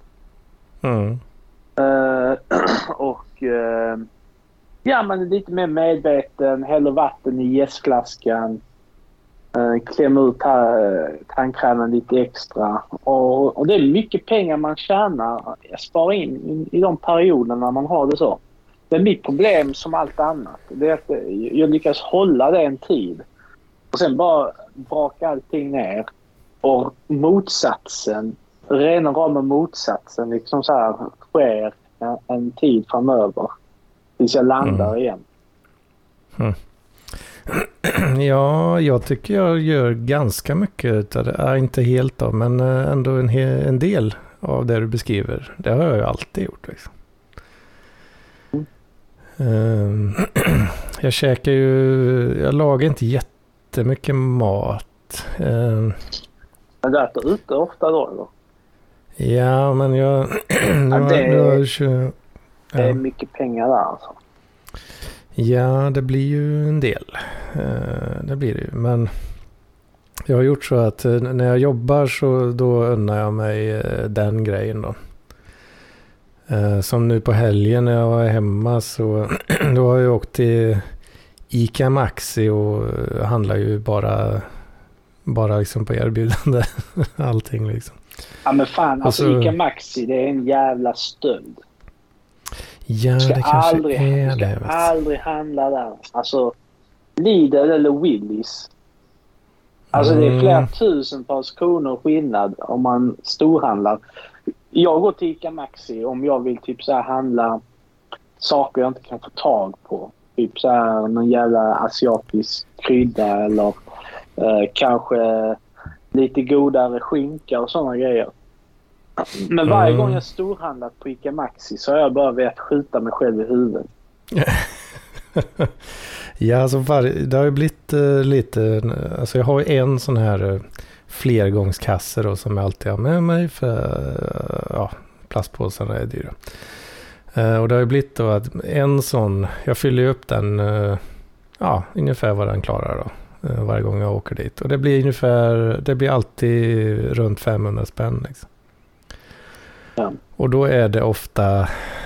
Man är lite mer medveten. Häller vatten i jästflaskan. Klämmer ut tandkrämen lite extra. Och det är mycket pengar man tjänar. Jag sparar in i de perioderna man har det så. Det är mitt problem som allt annat. Det är att jag lyckas hålla det en tid. Och sen bara braka allting ner. Och rena rama motsatsen liksom så här sker en tid framöver. Tills jag landar igen. Ja, jag tycker jag gör ganska mycket av det. Inte helt då, men ändå en del av det du beskriver. Det har jag ju alltid gjort liksom. Jag lagar inte jättemycket mat. Men du äter ute ofta då eller? Ja, men jag... det är mycket pengar där alltså. Ja, det blir ju en del. Det blir det ju. Men jag har gjort så att när jag jobbar så då unnar jag mig den grejen då. Som nu på helgen när jag var hemma så då har jag åkt till Ica Maxi och handlar ju bara liksom på erbjudande. Allting liksom. Ja men fan, alltså så, Ica Maxi det är en jävla stöld. Ja, det kanske är det. Du ska aldrig handla där. Alltså, Lidl eller Willys. Alltså det är flera tusentals kronor skillnad om man storhandlar. Jag går till Ica Maxi om jag vill typ så här handla saker jag inte kan få tag på. Typ så här någon jävla asiatisk krydda eller kanske lite godare skinka och sådana grejer. Men varje gång jag storhandlat på Ica Maxi så har jag bara velat skjuta mig själv i huvudet. Ja, alltså det har ju blivit lite... Alltså jag har ju en sån här flergångskasse då, som jag alltid har med mig för plastpåsarna är dyra. Och det har ju blivit då att en sån... Jag fyller ju upp den ungefär vad den klarar då. Varje gång jag åker dit. Och det blir alltid runt 500 spänn liksom. Ja. Och då är det ofta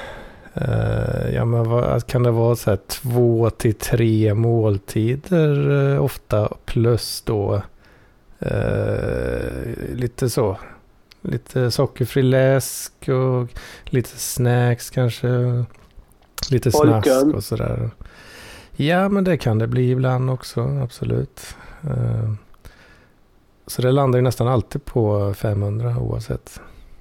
vad kan det vara så här 2 till 3 måltider ofta plus då lite så lite sockerfri läsk och lite snacks kanske. Lite snask och sådär. Ja, men det kan det bli ibland också, absolut. Så det landar ju nästan alltid på 500 oavsett.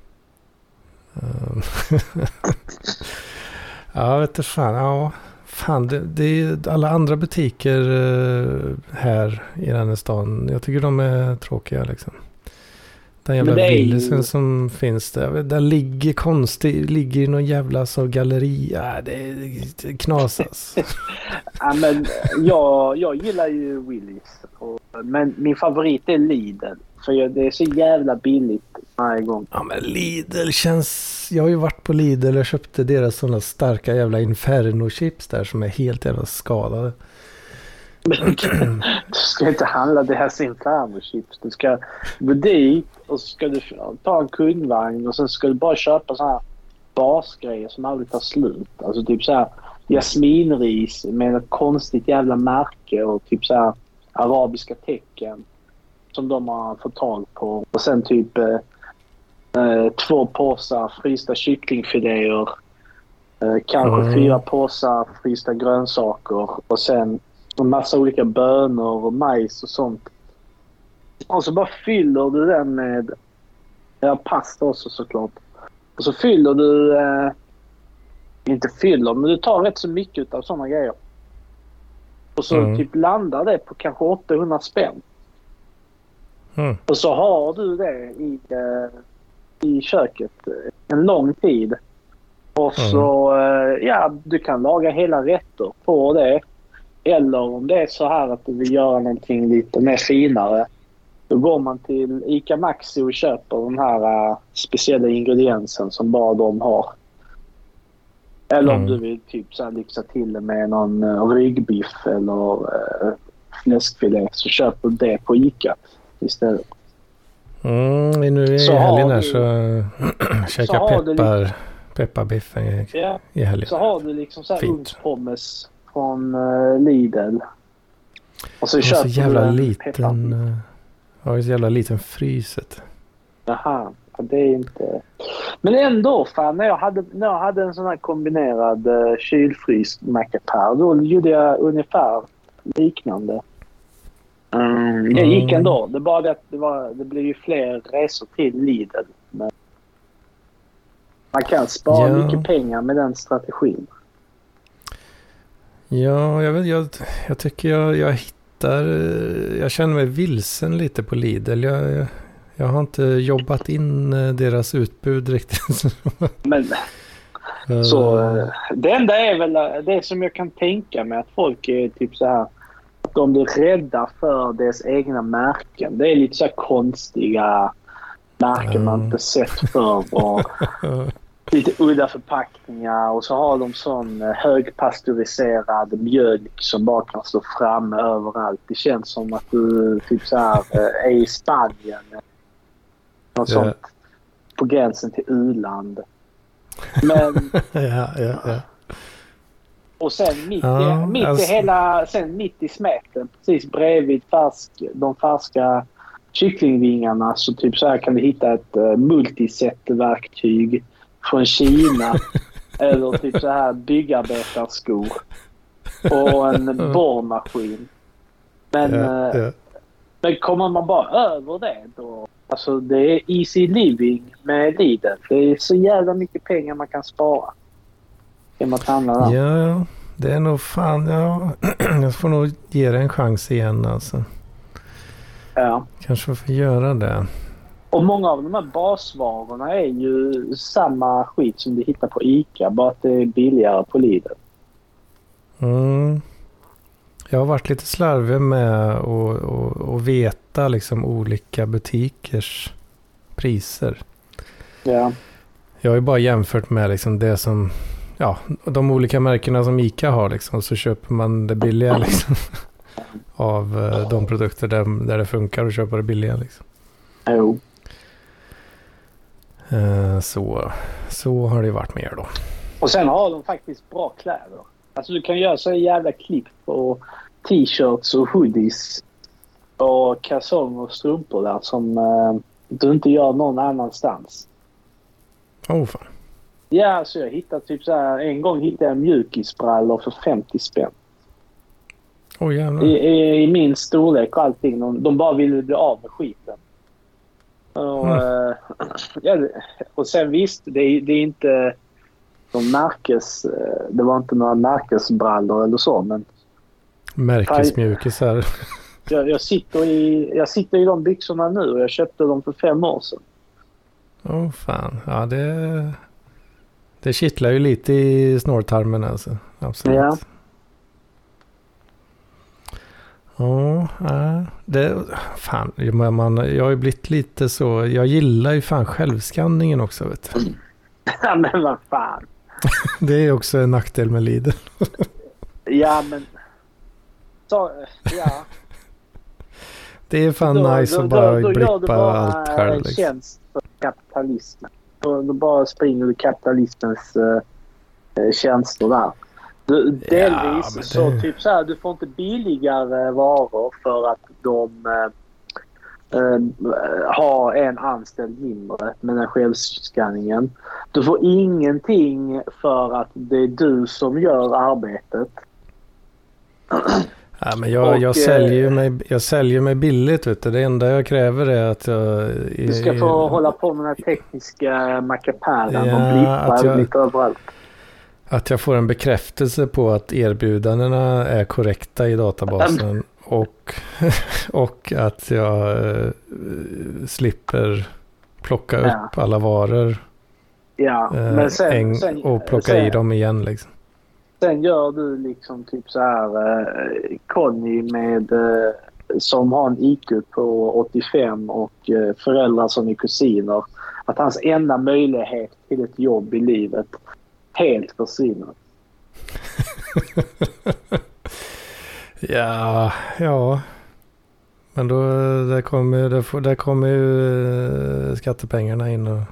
Ja, vet du fan. Ja, fan det är alla andra butiker här i den här stan. Jag tycker de är tråkiga liksom. Den jävla Willisen som finns där. Där ligger i någon jävla så galleri. Ja, det knasas. Ja, men jag gillar ju Willys. Men min favorit är Lidl. För det är så jävla billigt varje gång. Ja, men Lidl känns... Jag har ju varit på Lidl och köpte deras sådana starka jävla Inferno-chips där som är helt jävla skadade. Du ska inte handla deras Inferno-chips. Du ska gå dit och så ska du ta en kundvagn och sen ska du bara köpa så här basgrejer som aldrig tar slut. Alltså typ så här jasminris med ett konstigt jävla märke och typ så här arabiska tecken som de har fått tag på. Och sen typ 2 påsar frysta kycklingfiléer, kanske 4 påsar frysta grönsaker och sen en massa olika bönor och majs och sånt. Och så bara fyller du den med pasta också såklart. Och så fyller du inte fyller, men du tar rätt så mycket av sådana grejer. Och så typ landar det på kanske 800 spänn. Och så har du det i köket en lång tid. Och så du kan laga hela rätter på det. Eller om det är så här att du vill göra någonting lite mer finare, då går man till Ica Maxi och köper den här speciella ingrediensen som bara de har. Eller om du vill typ så här lyxa till det med någon ryggbiff eller fläskfilé, så köper du det på Ica istället. Nu i helgen här så käkar pepparbiff i helgen. Så har du liksom så här ugnspommes från Lidl. Och så köper så jävla liten. Ja, så jävla liten fryset. Jaha, det är inte. Men ändå fan, när jag hade en sån här kombinerad kylfryst mackapär, då gjorde jag ungefär liknande. Det gick ändå. Det bara att det blev ju fler resor till Lidl. Men man kan spara mycket pengar med den strategin. Ja, jag tycker jag hittar... Jag känner mig vilsen lite på Lidl. Jag har inte jobbat in deras utbud riktigt. Men så det enda är väl det som jag kan tänka mig, att folk är typ så här, att de blir rädda för deras egna märken. Det är lite så här konstiga märken man inte sett förr och lite udda förpackningar, och så har de sån högpasteuriserad mjölk som bara kan stå fram överallt. Det känns som att du typ så här är i Spanien. Något sånt på gränsen till u-land. Men ja. Och sen mitt i smeten, precis bredvid de färska kycklingvingarna, så typ så här kan du hitta ett multiset-verktyg från Kina eller typ så här byggarbetarskor och en borrmaskin. Men kommer man bara över det då, alltså det är easy living med Lidl. Det är så jävla mycket pengar man kan spara. Ja, det är nog fan, jag får nog ge det en chans igen alltså. Ja. Kanske får göra det. Och många av de här basvarorna är ju samma skit som du hittar på Ica, bara att det är billigare på Lidl. Jag har varit lite slarvig med att veta liksom olika butikers priser. Ja. Jag har ju bara jämfört med liksom det som, de olika märkena som Ica har liksom, så köper man det billiga liksom av de produkter där det funkar och köpa det billiga liksom. Jo. Så har det varit mer då. Och sen har de faktiskt bra kläder. Alltså du kan göra så jävla klipp på t-shirts och hoodies och kalsonger och strumpor där som du inte gör någon annanstans. Åh fan. Ja, så jag hittade typ så här, en gång hittade jag mjukisbrallor för 50 spänn. Åh jävlar. I min storlek och allting. De bara ville bli av med skiten. Och, ja, och sen visst, det är inte det var inte några märkesbrallor eller så, men märkesmjukisar. Jag sitter i de byxorna nu och jag köpte dem för 5 år sedan. Åh fan. Ja, det kittlar ju lite i snortarmen alltså. Absolut. Ja. Ja, fan, jag har ju blivit lite så, jag gillar ju fan självskanningen också, vet du. Ja, men vad fan. Det är också en nackdel med Lidl. Ja, men så, ja. Det är fan nice att bara blippa allt själv. Liksom. Tjänst för kapitalismen. Då bara springer du kapitalismens tjänster där. Delvis så typ så här, du får inte billigare varor för att de har en anställd mindre med den självskanningen. Du får ingenting för att det är du som gör arbetet. Ja, men jag säljer mig billigt, vet du. Det enda jag kräver är att du ska få hålla på med den här tekniska mackapären och blippa lite överallt. Att jag får en bekräftelse på att erbjudandena är korrekta i databasen och att jag slipper plocka upp alla varor men sen, och plocka i dem igen liksom. Sen gör du liksom typ så här Conny med som har en IQ på 85 och föräldrar som är kusiner, att hans enda möjlighet till ett jobb i livet helt försvinner. Ja. Men då där kommer ju skattepengarna in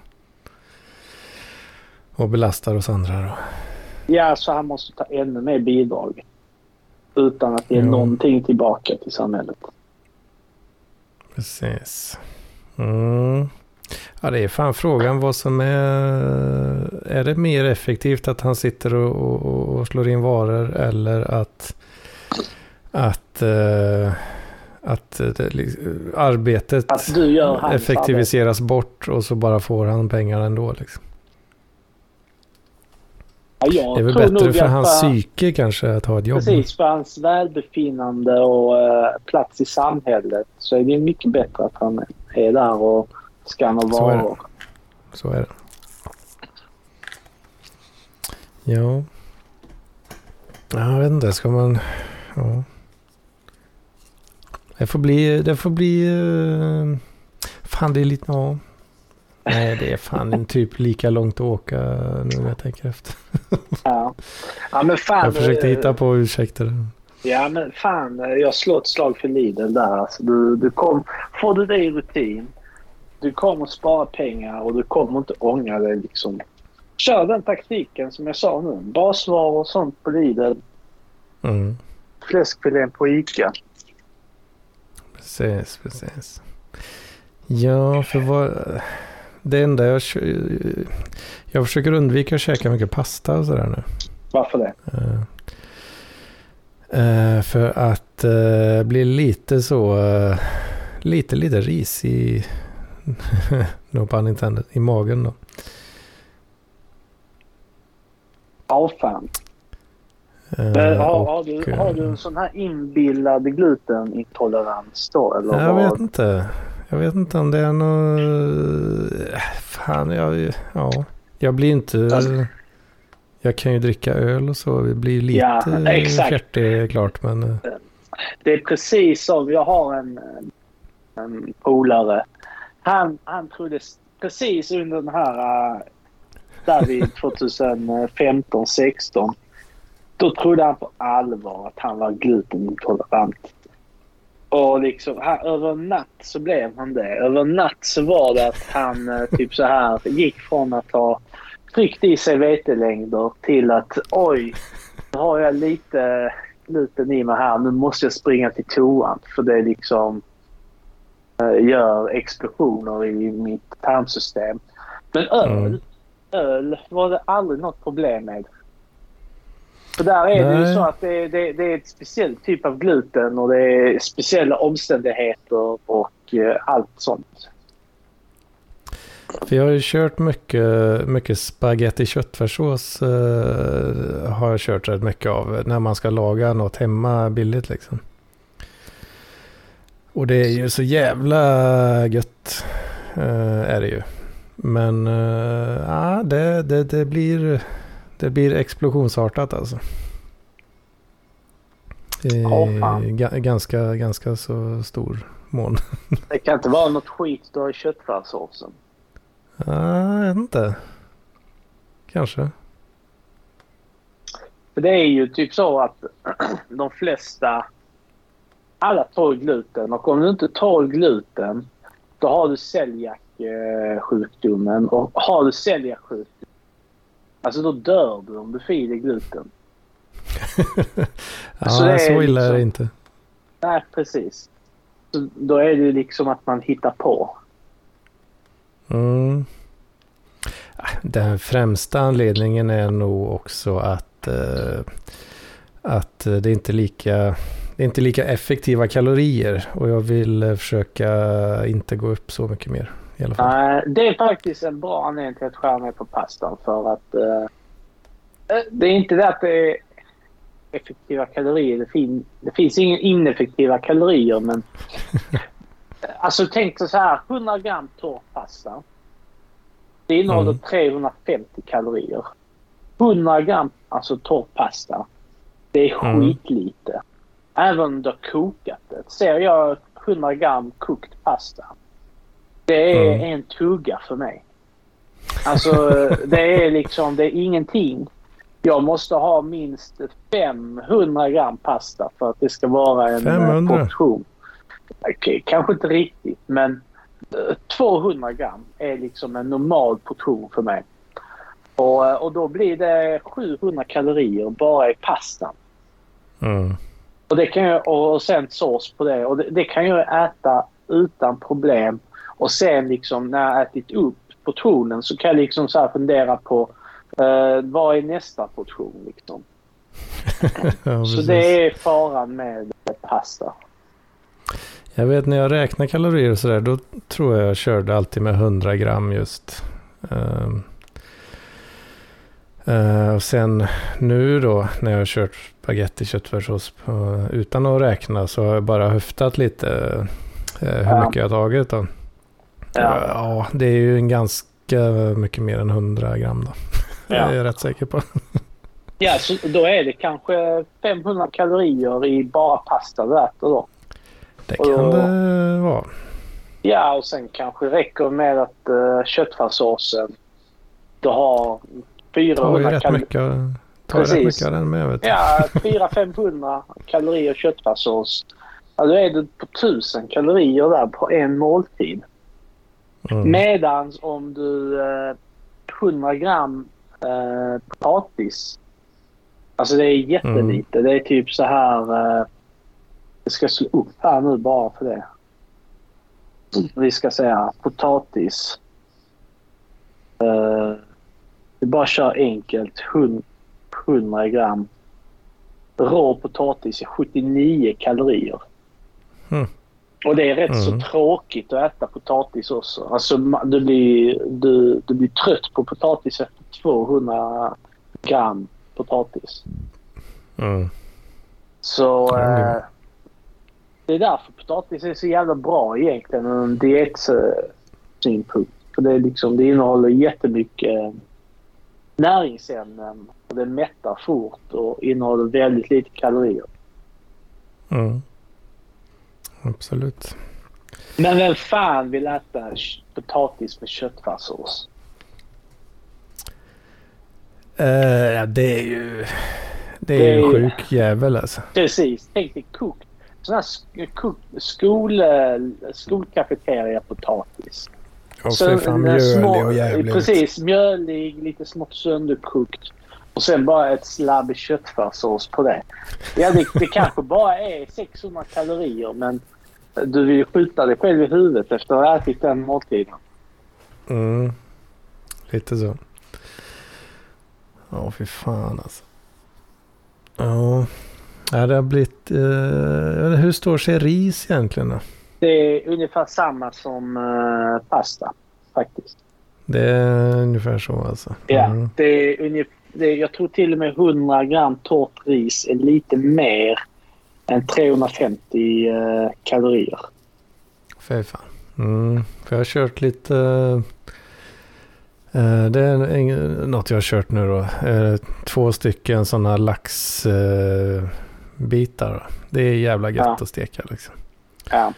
och belastar oss andra då. Ja, så han måste ta ännu mer bidrag utan att ge någonting tillbaka till samhället. Precis. Ja, det är fan frågan vad som är det mer effektivt att han sitter och slår in varor eller att arbetet att du gör effektiviseras arbete bort och så bara får han pengar ändå liksom. Ja, det är väl bättre för hans psyke kanske att ha ett jobb. Precis, för hans välbefinnande och plats i samhället så är det mycket bättre att han är där och skannar varor. Så är det. Ja. Jag vet inte, ska man... Ja. Det får bli... Fan, det är lite... Ja. Nej, det är fan en typ lika långt att åka nu när jag tänker efter. Ja, men fan... Jag försökte hitta på ursäkter. Ja, men fan, jag slår ett slag för Lidl där. Alltså, får du det i rutin, du kommer spara pengar och du kommer inte ångra dig liksom. Kör den taktiken som jag sa nu. Basvaror och sånt på Lidl. Fläskfilén på Ica. Precis. Ja, för vad... Det enda jag försöker undvika att käka mycket pasta och sådär nu. Varför det? För att bli lite så lite ris i no pun intended, i magen då. Ja, fan. Har du en sån här inbillad glutenintolerans då? Eller Jag vet inte om det är något... Fan, jag blir inte... Jag kan ju dricka öl och så. Det blir lite fjärtig klart, men... Det är precis som... Jag har en polare. Han trodde precis under den här... Där vid 2015-16. Då trodde han på allvar att han var glutenintolerant. Och liksom, över natt så blev han det. Över natt så var det att han typ så här gick från att ha tryckt i sig vetelängder till att oj, nu har jag lite gluten i mig här. Nu måste jag springa till toan. För det är liksom gör explosioner i mitt tarmsystem. Men öl var det aldrig något problem med. För där är det ju så att det är ett speciellt typ av gluten och det är speciella omständigheter och allt sånt. För jag har ju kört mycket spaghetti köttfärssås har jag kört rätt mycket av när man ska laga något hemma billigt liksom. Och det är ju så jävla gött är det ju. Men det blir explosionsartat alltså. Ganska så stor mån. Det kan inte vara något skit då i köttfärssåsen. Jag vet inte. Kanske. För det är ju typ så att de flesta, alla tål gluten. Och om du inte tål gluten, då har du celiaksjukdomen. Och har du celiaksjukdomen, alltså då dör du om du får i dig gluten. Så det är så illa är det inte. Nej, precis. Så då är det liksom att man hittar på. Den främsta anledningen är nog också att det är inte lika effektiva kalorier och jag vill försöka inte gå upp så mycket mer i alla fall. Det är faktiskt en bra anledning till att skära ner på pastan för att det är inte det att det är effektiva kalorier. Det finns inga ineffektiva kalorier, men alltså tänk så här, 100 gram torr pasta. Det innehåller 350 kalorier. 100 gram alltså torr pasta. Det är skitlite. Även om du har kokat det. Ser jag 100 gram kokt pasta. Det är en tugga för mig. Alltså det är liksom, det är ingenting. Jag måste ha minst 500 gram pasta för att det ska vara en 500. portion. Okej, kanske inte riktigt, men 200 gram är liksom en normal portion för mig. Och då blir det 700 kalorier bara i pastan. Och det kan jag, och sen sås på det. Och det kan jag äta utan problem. Och sen liksom när jag ätit upp portionen så kan jag liksom så här fundera på vad är nästa portion liksom. Så det är faran med pasta. Jag vet när jag räknar kalorier och sådär, då tror jag körde alltid med 100 gram just. Och sen nu då när jag har kört spaghetti köttfärssås utan att räkna så har jag bara höftat lite hur mycket jag har tagit då. Ja, det är ju en ganska mycket mer än 100 gram då. Ja. Jag är rätt säker på. Ja, så då är det kanske 500 kalorier i bara pasta du äter då. Det kan det vara. Ja, och sen kanske räcker med att köttfärssåsen du har 400 kalorier. Rätt mycket av den med, vet du. Ja, 400-500 kalorier köttfärssås. Ja, då är det på 1000 kalorier där på en måltid. Medans om du 100 gram potatis. Alltså det är jättelite. Det är typ så här. Jag ska slå upp här nu bara för det. Vi ska säga potatis. Vi bara kör enkelt. 100 gram. Rå potatis är 79 kalorier. Och det är rätt så tråkigt att äta potatis också. Alltså du blir trött på potatis efter 200 gram potatis. Så det är därför potatis är så jävla bra egentligen ur en dietsynpunkt. För det är liksom, det innehåller jättemycket näringsämnen och det mättar fort och innehåller väldigt lite kalorier. Absolut. Men vem fan vill äta potatis med köttfärssås? Det är ju en sjuk jävel alltså. Precis. Tänk dig kokt. Sån här skolkafeteria potatis. Och så fan mjölig och jävligt. Precis, mjölig, lite smått sönderkokt. Och sen bara ett slabb köttfärssås på det. Ja, det kanske bara är 600 kalorier, men Du vill skjuta dig själv i huvudet efter att ha ätit den måltiden. Lite så. Ja, fy fan alltså. Ja, det har blivit... hur står sig ris egentligen då? Det är ungefär samma som pasta, faktiskt. Det är ungefär så alltså. Ja, det är jag tror till och med 100 gram torrt ris är lite mer än 350 kalorier. Fy fan. För jag har kört lite... det är något jag har kört nu då. 2 stycken sådana laxbitar. Det är jävla gött att steka liksom. Ja.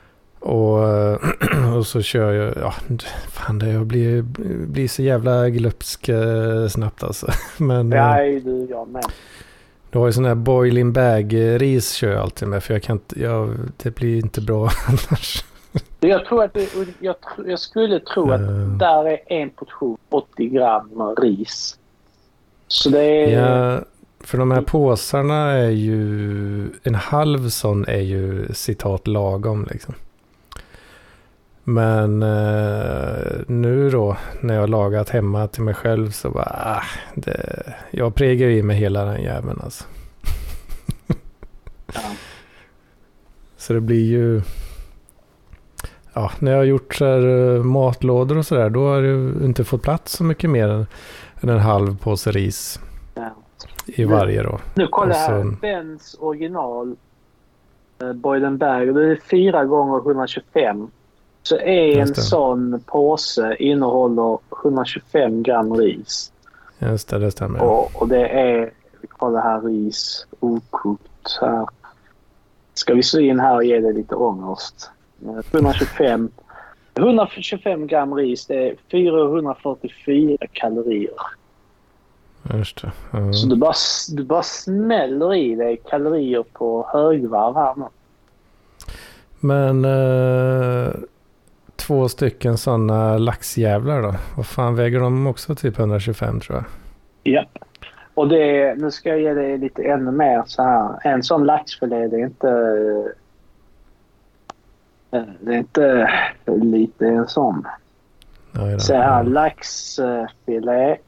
Och så kör jag... Ja, fan det blir så jävla glupsk snabbt alltså. Men, Nej, jag med. Du har ju sån här boiling bag ris kör jag alltid med. För jag kan inte... det blir inte bra annars. Jag tror att jag skulle tro att där är en portion 80 gram ris. Så det är... Ja, för de här påsarna är ju... En halv sån är ju citat lagom liksom. Men nu då när jag har lagat hemma till mig själv så bara... jag pregar i mig hela den jäveln alltså. Ja. Så det blir ju... Ja, när jag har gjort så här, matlådor och sådär, då har jag inte fått plats så mycket mer än en halv påse ris i varje då. Nu kollar jag här, Bens original Boyden Bag, det är 4 gånger 125. Så en sån påse innehåller 125 gram ris. Just det stämmer. Och det är, vi kollar här, ris okokt här. Ska vi slå in här och ge det lite ångest. 125 gram ris, det är 444 kalorier. Just det. Så du bara smäller i dig kalorier på högvarv här nu. Men 2 stycken sådana laxjävlar då? Vad fan väger de också typ 125 tror jag? Ja. Och nu ska jag ge dig lite ännu mer så här. En sån laxfilé, det är inte lite en sån. Så här, laxfilé.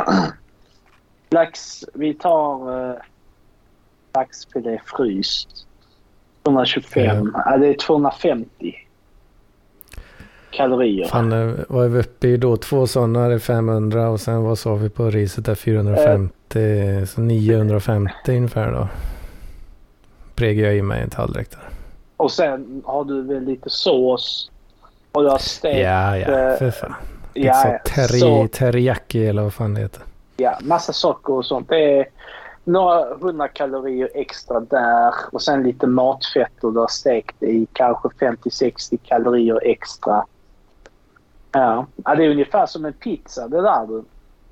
Vi tar laxfilé fryst. 125. Ja, det är 250 kalorier. Fan, vad är vi uppe i då? 2 sådana är 500 och sen vad sa vi på riset där 450, så 950 ungefär då. Pregar jag i mig en tallrik där. Och sen har du väl lite sås och du har stekt. Ja, för fan. Teriyaki eller vad fan det heter. Ja, massa socker och sånt. Det är några 100 kalorier extra där. Och sen lite matfett och du har stekt i kanske 50-60 kalorier extra. Ja, det är ungefär som en pizza, det där du.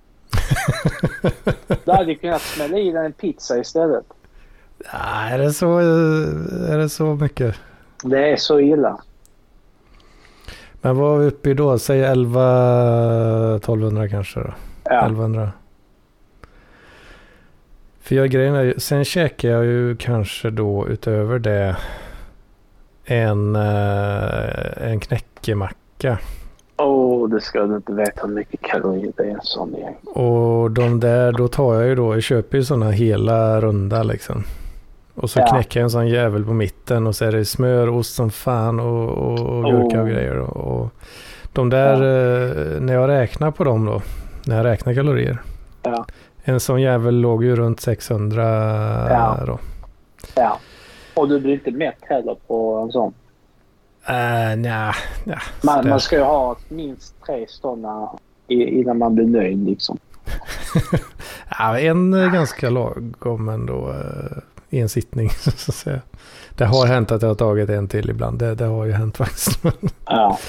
Du hade kunnat smälla i den en pizza istället. Ja, är det så mycket? Det är så illa. Men vad var vi uppe i då? Säg 1100-1200 kanske då? Ja. 1100. För grejen är ju, sen käkar jag ju kanske då utöver det en knäckemacka. Det ska du inte veta hur mycket kalorier det är en sån igen. Och de där, då tar jag köper ju sådana hela runda liksom. Och så knäcker jag en sån jävel på mitten och så är det smör, ost som fan och gurka och grejer. Och de där, när jag räknar på dem då, när jag räknar kalorier. Ja. En sån jävel låg ju runt 600 då. Ja. Och du blir inte mätt heller på en sån? Nej. Man ska ju ha minst 3 sådana innan man blir nöjd liksom. En ganska lagom ändå i en sittning så att säga. Det har hänt att jag har tagit en till ibland. Det har ju hänt faktiskt. Ja.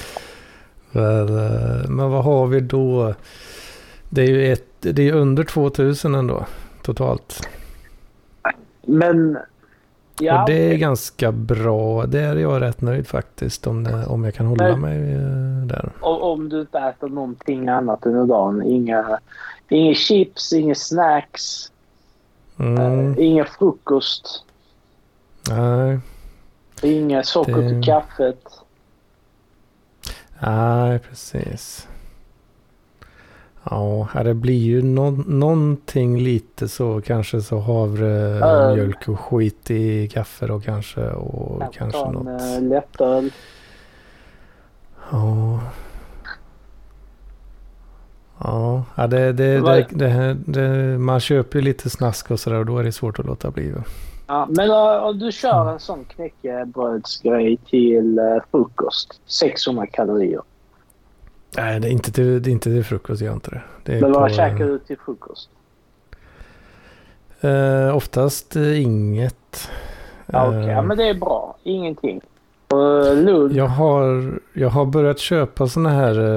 Men vad har vi då? Det är ju under 2000 ändå totalt. Men och det är ganska bra. Det är jag rätt nöjd faktiskt om jag kan hålla mig där. Om du inte äter någonting annat under dagen. Inga chips, inga snacks. Ingen frukost. Nej. Inga socker till kaffet. Nej, precis. Ja, det blir ju någonting lite så. Kanske så havre, mjölk och skit i kaffe då kanske. Och kanske något. Lättöl. Ja. Ja, man köper ju lite snask och sådär och då är det svårt att låta bli. Ja, men om du kör en sån knäckebrödsgrej till frukost, 600 kalorier. Nej, det är inte till frukost, jag inte det. Men vad käkar du till frukost? Oftast inget. Ja, okej. Men det är bra. Ingenting. Jag har börjat köpa såna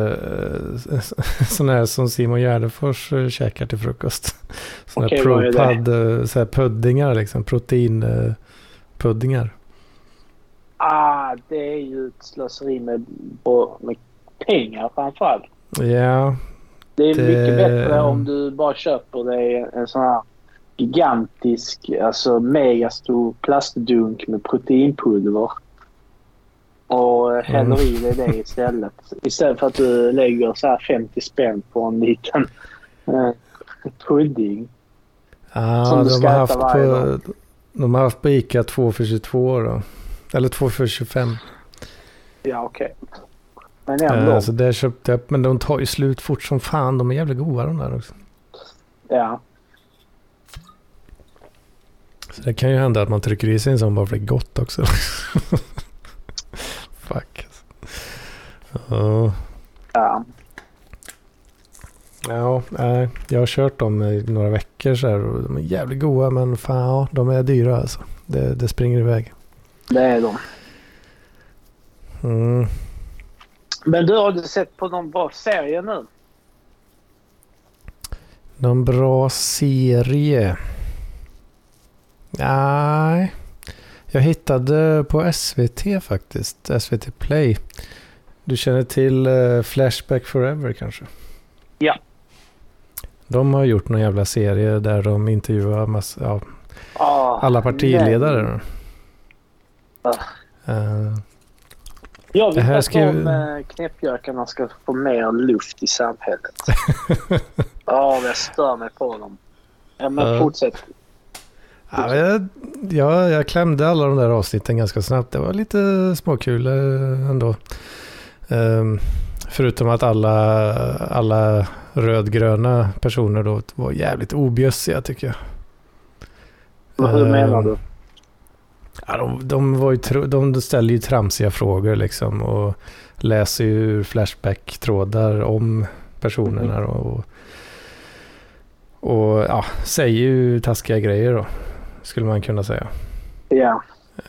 här som Simon Gärdenfors käkar till frukost. Såna här så här puddingar liksom, proteinpuddingar. Det är ju ett slöseri med pengar framförallt. Ja. Det är mycket bättre om du bara köper dig en sån här gigantisk, alltså megastor plastdunk med proteinpulver. Och häller i dig det istället. Istället för att du lägger så här 50 spänn på en liten pudding. Som de har haft på Ica 2 för 22 då. Eller 2 för 25. Ja, okej. Men ändå. Alltså där köpte jag, men de tar ju slut fort som fan. De är jävligt goda de där också. Ja. Så det kan ju hända att man trycker i sig en sån bara för det är gott också. Fuck. Ja. Ja, jag har kört dem i några veckor så här och de är jävligt goda, men fan, de är dyra alltså. Det springer iväg. Det är de. Mm. Men du, har du sett på någon bra serie nu? Någon bra serie? Nej. Jag hittade på SVT faktiskt. SVT Play. Du känner till Flashback Forever kanske? Ja. De har gjort någon jävla serie där de intervjuar alla partiledare. Jag vill att de knäppjökarna ska få mer luft i samhället. Jag stör mig på dem. Ja, men fortsätt. Jag klämde alla de där avsnitten ganska snabbt. Det var lite småkul ändå. Förutom att alla rödgröna personer då var jävligt objössiga tycker jag. Hur menar du? Ja, de ställer ju tramsiga frågor liksom och läser ju flashback-trådar om personerna och säger ju taskiga grejer då, skulle man kunna säga. Ja.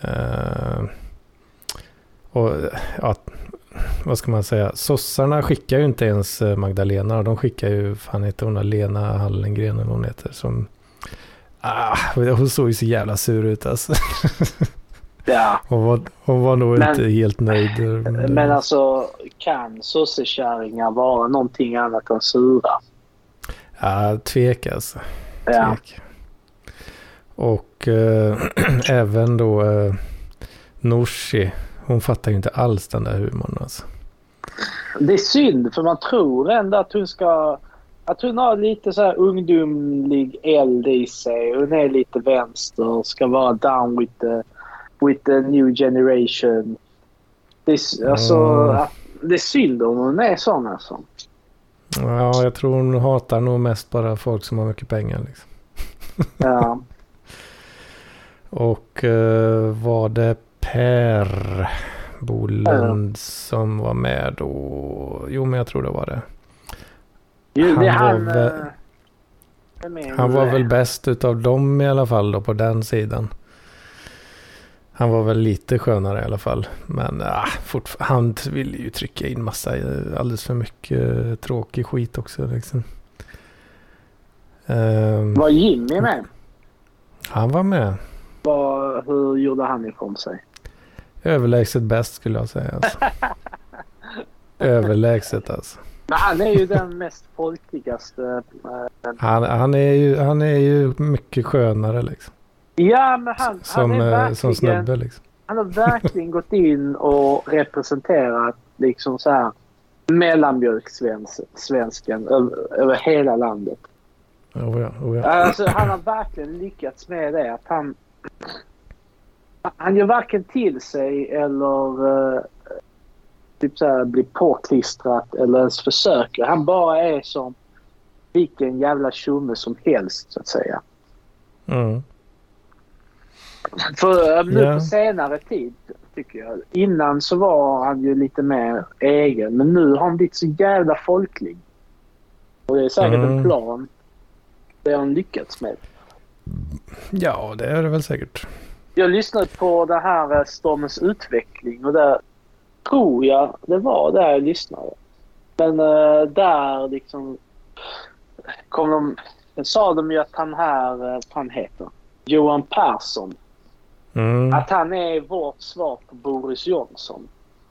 Vad ska man säga? Sossarna skickar ju inte ens Magdalena. De skickar ju, fan heter hon, Lena Hallengren eller hon heter, som hon såg ju så jävla sur ut alltså. Ja. Hon var nog inte helt nöjd. Men alltså, kan sossekärringar vara någonting annat än sura? Ja, tvek alltså. Ja. Tvek. Och även då Nooshi, hon fattar ju inte alls den där humorn alltså. Det är synd, för man tror ändå att hon har lite så här ungdomlig eld i sig. Hon är lite vänster, ska vara down with the new generation. Det är synd om hon är sån alltså. Ja, jag tror hon hatar nog mest bara folk som har mycket pengar liksom. Ja. Och var det Per Bolund som var med då? Jo, men jag tror det var det. Han var väl bäst utav dem i alla fall då, på den sidan. Han var väl lite skönare i alla fall. Men han ville ju trycka in massa alldeles för mycket tråkig skit också liksom. Var Jimmy med? Han var med. Hur gjorde han ifrån sig? Överlägset bäst skulle jag säga alltså. Överlägset alltså. Men han är ju den mest folkigaste. Han är ju mycket skönare liksom. Ja, men han är verkligen som snubbe liksom. Han har verkligen gått in och representerat liksom så här mellanmjölkssvensken över hela landet. Oh ja. Alltså, han har verkligen lyckats med det. Att han gör varken till sig eller typ så här, blir påklistrat eller ens försöker. Han bara är som vilken jävla tjomme som helst, så att säga. Mm. För nu på senare tid, tycker jag. Innan så var han ju lite mer egen. Men nu har han blivit så jävla folklig. Och det är säkert en plan. Det har han lyckats med. Ja, det är det väl säkert. Jag lyssnade på det här Stormens utveckling. Och där tror jag det var där jag lyssnade. Men där liksom sa de ju att han heter Johan Persson. Att han är vårt svar på Boris Johnson.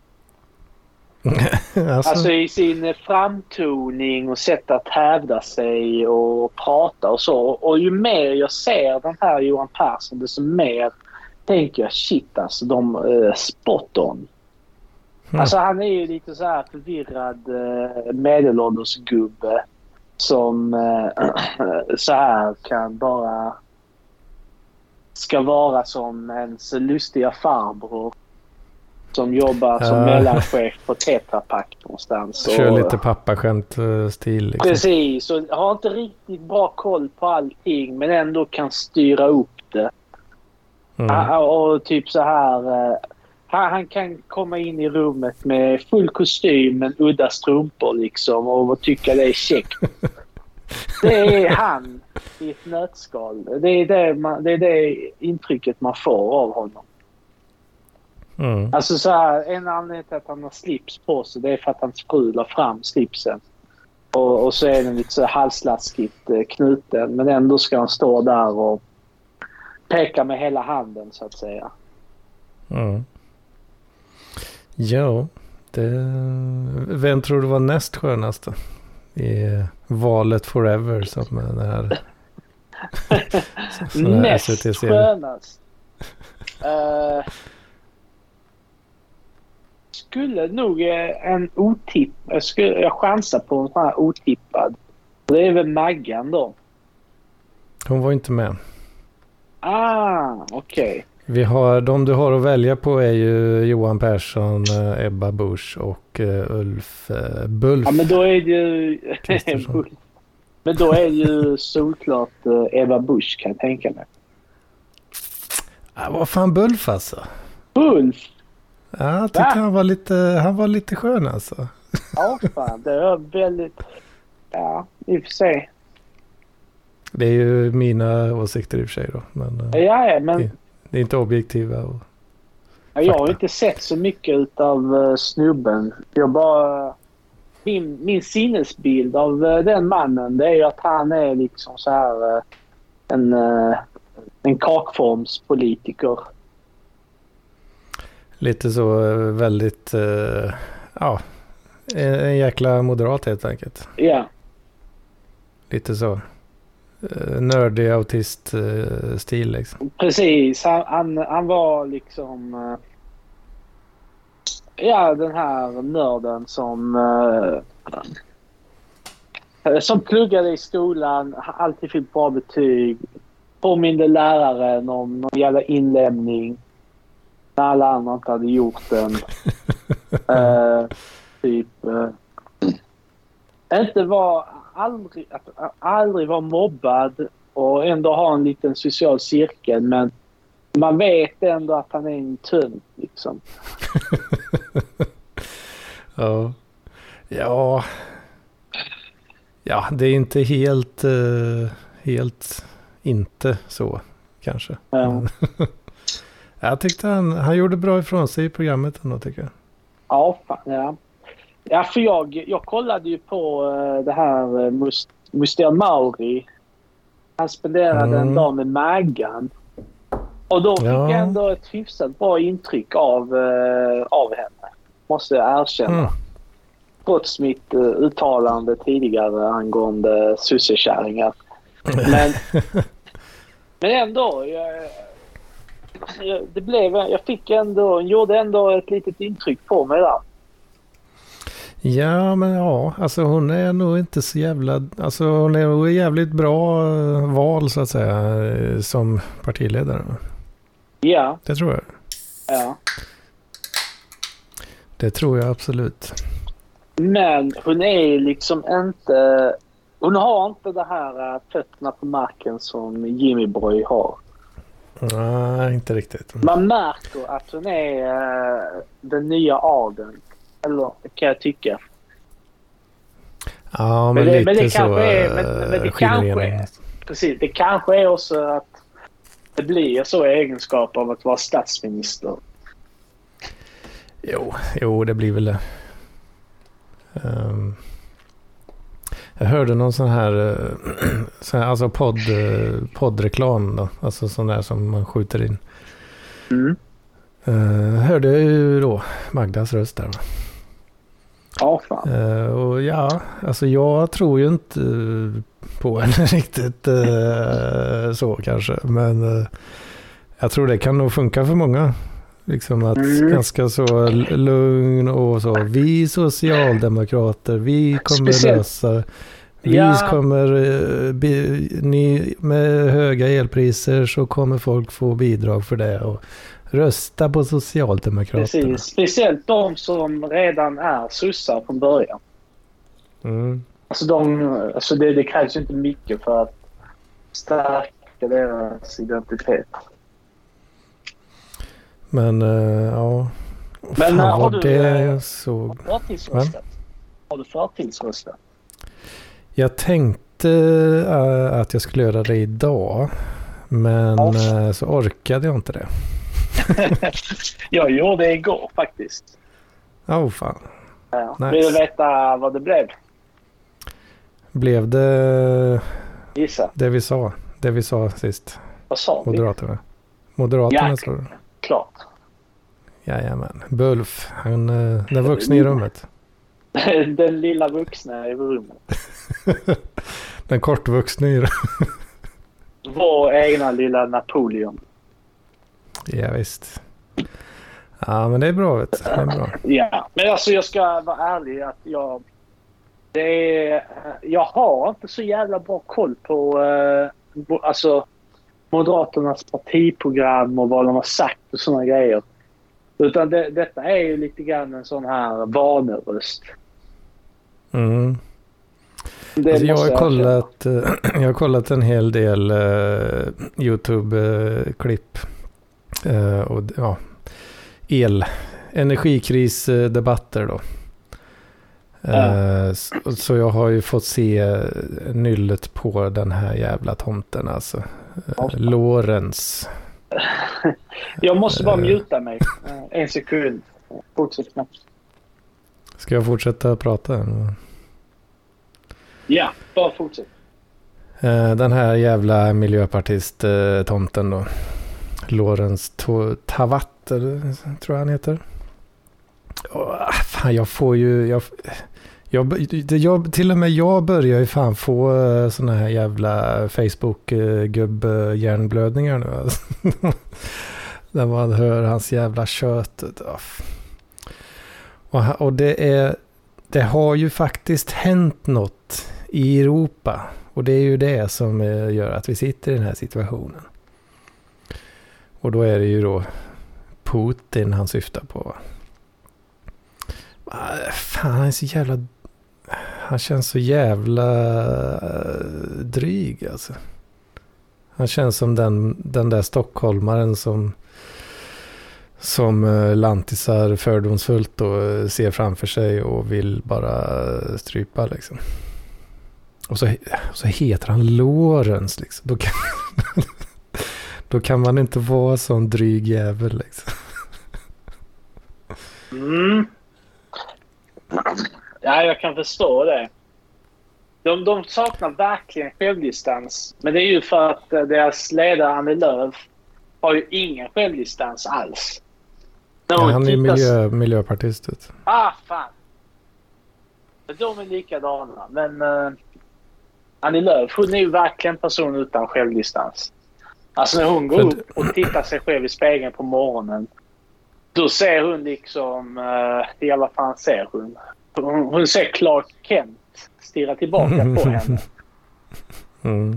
alltså i sin framtoning och sätt att hävda sig och prata och så. Och ju mer jag ser den här Johan Persson, desto mer tänker jag shit, alltså de spot on. Alltså han är ju lite så här förvirrad medelålders gubbe som så här kan bara ska vara som ens lustiga farbror som jobbar som mellanchef på Tetra Pak någonstans. Kör lite pappaskämt-stil. Liksom. Precis, och har inte riktigt bra koll på allting men ändå kan styra upp det. Och typ så här... Han kan komma in i rummet med full kostym men udda strumpor liksom och tycka det är käckt. Det är han i ett nötskal. Det är det intrycket man får av honom. Alltså så här, en anledning till att han har slips på sig, det är för att han skrular fram slipsen. Och så är den lite så halslaskigt knuten, men ändå ska han stå där och peka med hela handen så att säga. Ja, vem tror du var näst skönaste i valet Forever som den här näst skönast? Skulle nog jag chansar på en sån här otippad. Det är väl Maggan då. Hon var inte med. Okej. Vi har, de du har att välja på är ju Johan Persson, Ebba Busch och Ulf Bulf. Ja, men då är det ju men då är det ju såklart Ebba Busch, kan jag tänka mig. Vad fan, Bulf alltså? Bulf? Ja, jag tyckte han var lite skön alltså. Ja, fan, det är väldigt... Ja, i och för sig. Det är ju mina åsikter i och för sig då. Men, men... Det är inte objektiva. Jag har inte sett så mycket av snubben. Jag bara... Min sinnesbild av den mannen, det är ju att han är liksom så här en kakformspolitiker. Lite så väldigt... en jäkla moderat helt enkelt. Ja. Lite så. Nördig autist-stil liksom. Precis, han var liksom den här nörden som pluggade i skolan, alltid fick bra betyg, påminde läraren om någon jävla inlämning när alla andra inte hade gjort den. Aldrig var mobbad och ändå ha en liten social cirkel, men man vet ändå att han är en tunt liksom. Ja, det är inte helt inte så kanske. Ja. Jag tyckte han gjorde bra ifrån sig i programmet ändå, tycker jag. Ja, fan, ja. Ja, för jag kollade ju på det här Muster Mauri. Han spenderade en dag med Maggan. Och då fick jag ändå ett hyfsat bra intryck av henne. Måste jag erkänna. Trots mitt uttalande tidigare angående sussekärringar. Men ändå, det blev, gjorde ändå ett litet intryck på mig där. Ja, men ja, alltså hon är nog inte så jävla, alltså hon är nog jävligt bra val så att säga som partiledare. Ja. Det tror jag. Ja. Det tror jag absolut. Men hon är liksom inte, hon har inte det här fötterna på marken som Jimmy Boy har. Nej, inte riktigt. Man märker att hon är den nya adeln. Eller kan jag tycka. Ja, men lite det så kanske är, precis, det kanske är också att det blir så i egenskap av att vara statsminister. Jo, det blir väl det. Jag hörde någon sån här alltså poddreklam då, alltså sån där som man skjuter in. Hörde jag ju då Magdas röst där. Ja, fan. Och ja, alltså jag tror ju inte på henne riktigt så kanske, men jag tror det kan nog funka för många. Liksom att ganska så lugn och så. Vi socialdemokrater, vi kommer lösa. Vi kommer, med höga elpriser så kommer folk få bidrag för det och rösta på Socialdemokraterna. Precis, speciellt de som redan är sossar från början. Alltså det krävs ju inte mycket för att stärka deras identitet. Men ja. Men har du förtidsröstat? Har du förtidsröstat? Jag tänkte att jag skulle göra det idag. Men så orkade jag inte det. Jag gjorde det igår faktiskt. Fan. Ja. Nice. Vill du veta vad det blev? Blev det Gissa. det vi sa sist? Vad sa vi? Moderaterna sa du? Klart. Jajamän. Bulf, den vuxna i rummet. Den lilla vuxna i rummet. Den kortvuxna i rummet. Vår egna lilla Napoleon. Ja, visst. Ja, men det är bra, vet du. Det är bra. Ja, men alltså jag ska vara ärlig att jag har inte så jävla bra koll på alltså Moderaternas partiprogram och vad de har sagt och såna grejer. Utan detta är ju lite grann en sån här vaneröst. Alltså jag har kollat en hel del YouTube-klipp och ja, energikrisdebatter då. Så jag har ju fått se nyllet på den här jävla tomten alltså. Lorenz. Jag måste bara muta mig. En sekund. Fortsätt knappt. Ska jag fortsätta prata? Ja, bara fortsätt. Den här jävla miljöpartist-tomten då. Lorenz Tavatt, tror jag han heter. Fan, jag får ju... till och med jag börjar ju fan få såna här jävla Facebook-gubb-hjärnblödningar nu. Alltså. När man hör hans jävla kött. Och det har ju faktiskt hänt något i Europa. Och det är ju det som gör att vi sitter i den här situationen. Och då är det ju då Putin han syftar på. Fan, han är så jävla... Han känns så jävla dryg alltså. Han känns som den där stockholmaren som lantisar fördomsfullt och ser framför sig och vill bara strypa liksom. Och så heter han Lorenz liksom. Då kan man inte vara sån dryg jävel liksom. Ja, jag kan förstå det. De saknar verkligen självdistans. Men det är ju för att deras ledare Annie Lööf har ju ingen självdistans alls. Han är miljöpartist. Fan. De är likadana. Men Annie Lööf, hon är ju verkligen en person utan självdistans. Alltså när hon går upp och tittar sig själv i spegeln på morgonen, då ser hon liksom... I alla fall ser hon. Hon ser Clark Kent stirra tillbaka på henne. Mm.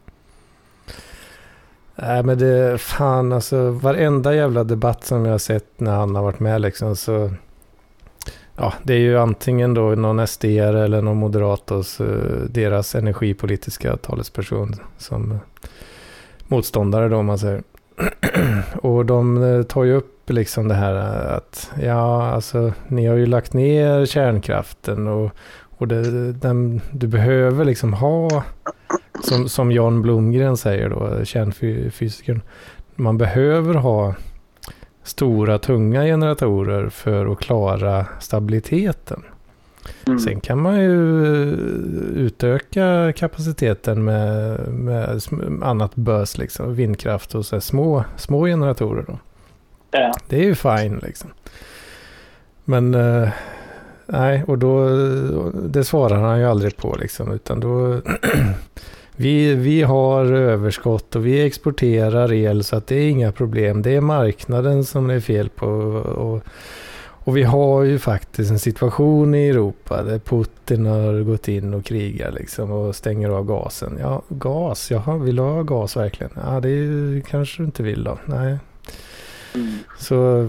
Nej, men det fan alltså, varenda jävla debatt som jag har sett när han har varit med liksom, så ja, det är ju antingen då någon SD eller någon moderat och deras energipolitiska talesperson som motståndare då, om man säger. Och de tar ju upp liksom det här att ja, alltså ni har ju lagt ner kärnkraften och du behöver liksom ha, som Jan Blomgren säger då, kärnfysikern, man behöver ha stora tunga generatorer för att klara stabiliteten. Sen kan man ju utöka kapaciteten med annat bös liksom, vindkraft och så små generatorer då. Ja. Det är ju fine liksom. Men nej, och då det svarar han ju aldrig på liksom, utan då vi har överskott och vi exporterar el så att det är inga problem. Det är marknaden som det är fel på och vi har ju faktiskt en situation i Europa där Putin har gått in och krigar liksom och stänger av gasen. Ja, gas. Jaha, vill du ha gas verkligen? Ja, det är ju, kanske du inte vill då. Nej. Så...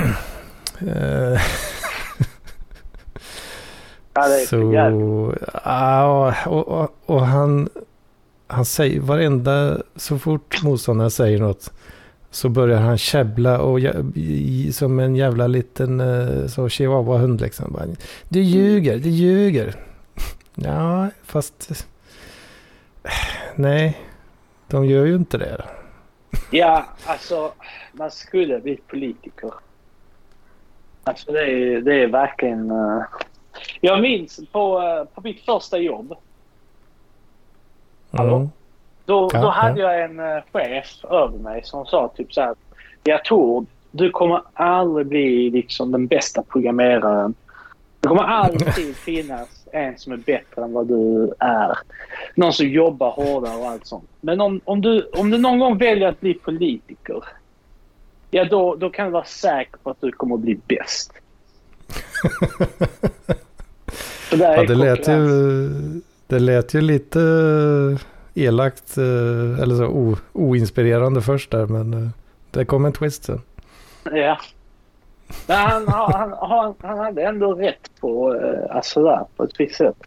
och han säger varenda, så fort motståndaren säger något så börjar han käbbla och som en jävla liten så chihuahua-hund liksom. Bara, du ljuger. Ja, fast nej, de gör ju inte det. Ja, alltså man skulle bli politiker. Alltså det är verkligen... Jag minns på mitt första jobb. Hallå? Då hade jag en chef över mig som sa typ så här: jag tror du kommer aldrig bli liksom den bästa programmeraren. Det kommer alltid finnas en som är bättre än vad du är. Någon som jobbar hårdare och allt sånt. Men om du någon gång väljer att bli politiker, ja då kan du vara säker på att du kommer att bli bäst. Ja, det lät ju lite elakt eller så oinspirerande först där, men det kom en twist sen. Ja. Men han hade ändå rätt på alltså där, på ett visst sätt.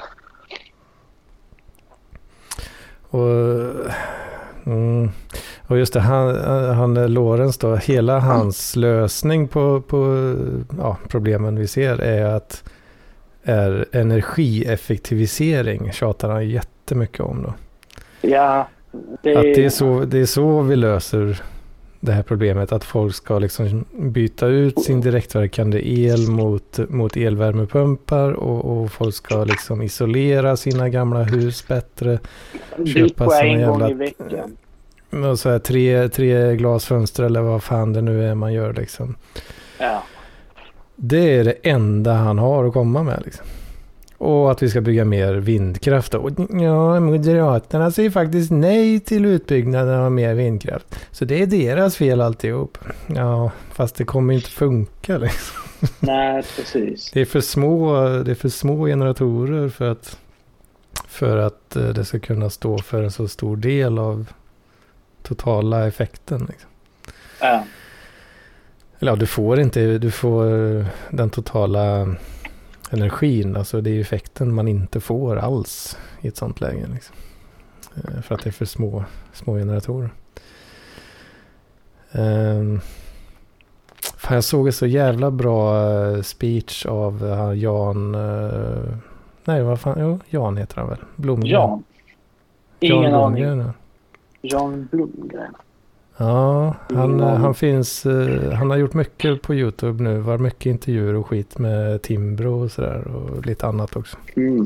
Och just det, han Lorenz då, hela hans lösning på problemen vi ser är energieffektivisering, tjatar han jättemycket om då. Ja, att det är så vi löser det här problemet, att folk ska liksom byta ut sin direktverkande el mot elvärmepumpar och folk ska liksom isolera sina gamla hus bättre, köpa såna jävla och så här, tre glasfönster eller vad fan det nu är man gör liksom. Ja. Det är det enda han har att komma med liksom. Och att vi ska bygga mer vindkraft då. Ja, Moderaterna säger faktiskt nej till utbyggnaden av mer vindkraft. Så det är deras fel alltihop. Ja, fast det kommer inte funka liksom. Nej, precis. Det är för små generatorer för att det ska kunna stå för en så stor del av totala effekten liksom. Ja. Eller ja, du får den totala energin, alltså det är effekten man inte får alls i ett sånt läge liksom. För att det är för små generatorer. Fan, jag såg en så jävla bra speech av Jan Jan heter han väl? Blomgren. Jan. Ingen aning. Blomgren. Jan Blomgren. Ja, han finns, han har gjort mycket på YouTube nu, var mycket intervjuer och skit med Timbro och sådär och lite annat också.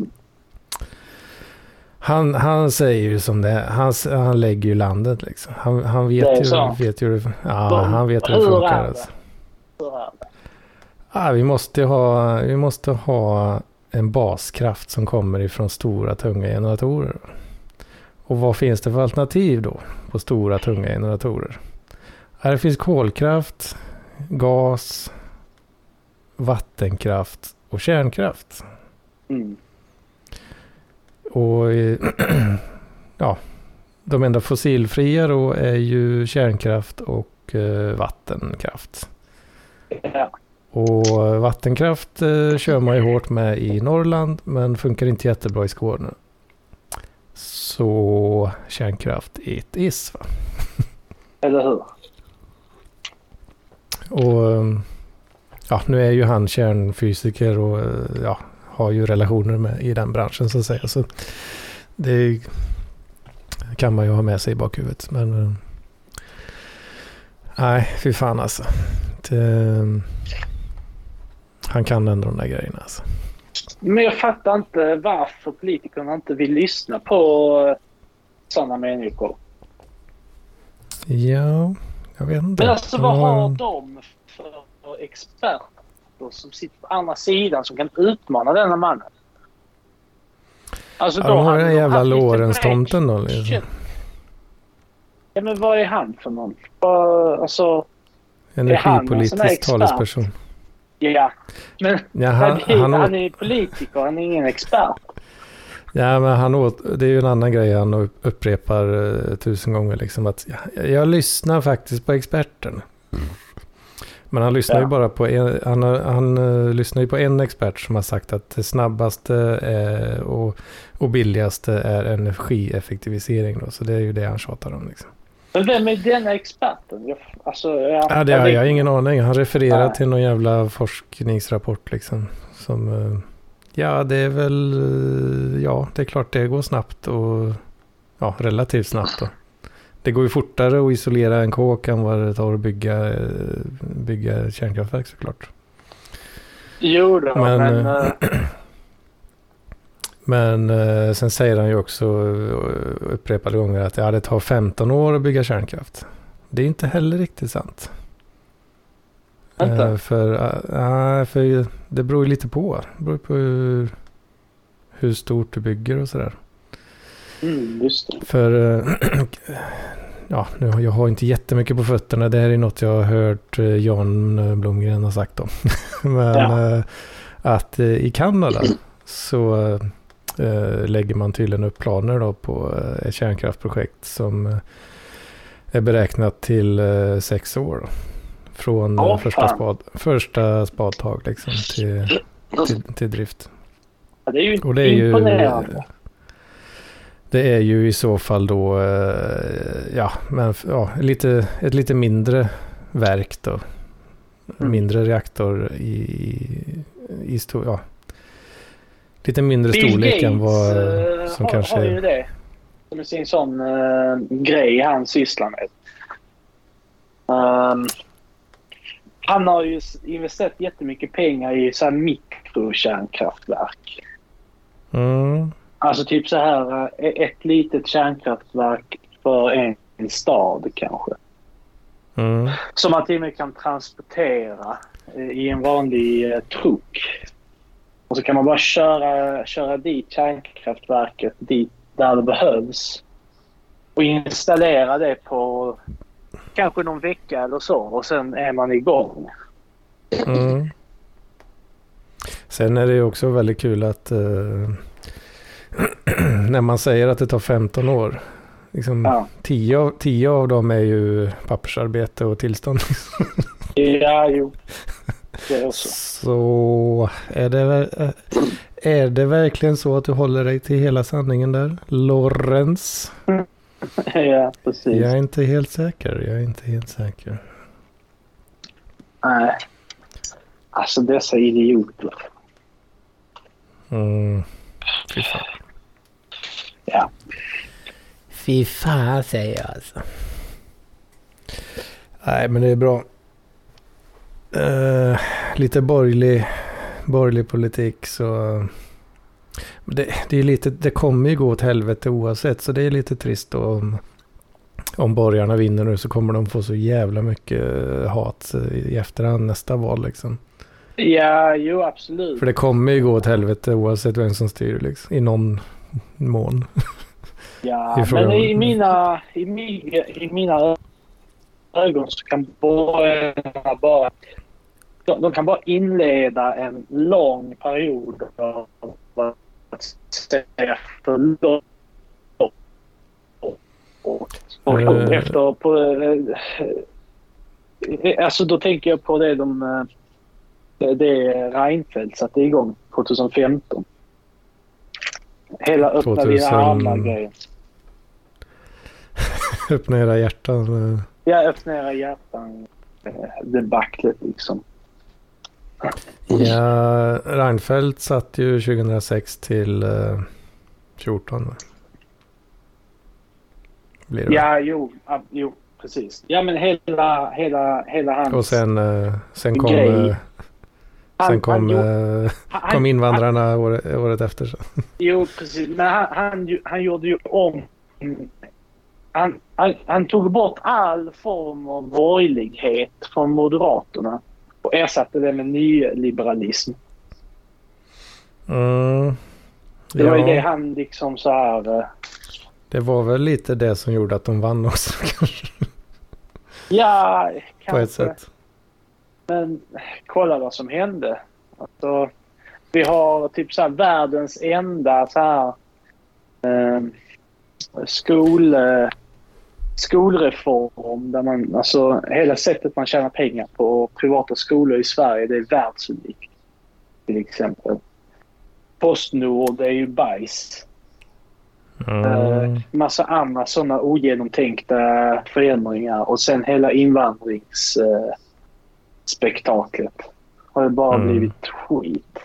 Han säger ju som det är, han lägger ju landet liksom. Han vet ju hur det funkar alltså. Ja, vi måste ha en baskraft som kommer ifrån stora tunga generatorer. Och vad finns det för alternativ då på stora tunga generatorer? Det finns kolkraft, gas, vattenkraft och kärnkraft. Mm. Och ja, de enda fossilfria då är ju kärnkraft och vattenkraft. Ja. Och vattenkraft kör man ju hårt med i Norrland men funkar inte jättebra i Skåne. Så kärnkraft it is, va? Eller hur? Och ja, nu är ju han kärnfysiker och ja, har ju relationer med i den branschen så att säga. Så det kan man ju ha med sig i bakhuvudet. Men nej, fy fan alltså. Han kan ändå de där grejerna alltså. Men jag fattar inte varför politikerna inte vill lyssna på sådana människor. Ja, jag vet inte. Men alltså vad har de för experter som sitter på andra sidan som kan utmana denna mannen? Alltså de har den jävla Lorentz-tomten då liksom. Ja, men vad är han för någon? Alltså, energipolitisk talesperson. Ja, men ja, han är politiker, han är ingen expert. Ja, men det är ju en annan grej han upprepar 1000 gånger liksom att jag lyssnar faktiskt på experten. Men han lyssnar ju bara på han lyssnar ju på en expert som har sagt att det snabbaste och billigaste är energieffektivisering då, så det är ju det han tjatar om liksom. Men vem är denna experten? Jag har ingen aning. Han refererar till någon jävla forskningsrapport liksom. Som, ja, det är väl... Ja, det är klart det går snabbt och... Ja, relativt snabbt då. Det går ju fortare att isolera en kåk än vad det tar att bygga kärnkraftverk såklart. Jo då, men sen säger han ju också upprepade gånger att det tar 15 år att bygga kärnkraft. Det är inte heller riktigt sant. För det beror ju lite på. Det beror på hur stort du bygger och sådär. Just det. För ja, jag har inte jättemycket på fötterna. Det här är något jag har hört Jan Blomgren har sagt om. Men att i Kanada så lägger man tydligen upp planer då på ett kärnkraftprojekt som är beräknat till 6 år. Då. Från första spadtag liksom till drift. Ja, det är ju imponerande. Det är ju i så fall då ett lite mindre verk då. Mindre reaktor i stor, ja. Lite mindre storlek än vad som kanske... har ju det. Som är sin sån grej han sysslar med. Han har ju investerat jättemycket pengar i så här mikrokärnkraftverk. Alltså typ så här ett litet kärnkraftverk för en stad kanske. Som man till och med kan transportera i en vanlig truck. Och så kan man bara köra dit kärnkraftverket dit där det behövs. Och installera det på kanske någon vecka eller så. Och sen är man igång. Sen är det ju också väldigt kul att när man säger att det tar 15 år. Liksom 10 av dem är ju pappersarbete och tillstånd. Ja, jo. Det också. Så är det verkligen så att du håller dig till hela sanningen där, Lorentz? Ja, precis. Jag är inte helt säker. Nej. Alltså dessa idioter. Fy fan. Ja. Fy fan säger jag alltså. Nej, men det är bra. Lite borgerlig politik så det är lite, det kommer ju gå åt helvete oavsett, så det är lite trist om borgarna vinner nu, så kommer de få så jävla mycket hat i efterhand nästa val liksom. Ja, jo absolut. För det kommer ju gå åt helvete oavsett vem som styr liksom, i någon mån. Ja, men i mina ögon så kan borgarna bara... De kan bara inleda en lång period av att säga för långt. Alltså då tänker jag på det Reinfeldt satte igång 2015. Hela öppna dina armar grejen. Öppna era hjärtan. Ja, öppna era hjärtan. Debaclet liksom. Ja, Reinfeldt satt ju 2006 till 14. Blir det. Ja, jo, precis. Ja, men hela hans... Och sen kom invandrarna året efter. Så. Jo, precis. Men han gjorde ju om... Han tog bort all form av borgerlighet från Moderaterna och ersatte det med nyliberalism. Det var ju det han liksom så här... Det var väl lite det som gjorde att de vann också kanske. Ja, kanske. På ett sätt. Men kolla vad som hände. Alltså, vi har typ så här världens enda så här skolreform där man, alltså hela sättet man tjänar pengar på privata skolor i Sverige, det är världsunikt till exempel. Postnord, det är ju bajs. Massa andra sådana ogenomtänkta förändringar och sen hela invandringsspektaklet har det bara blivit skit.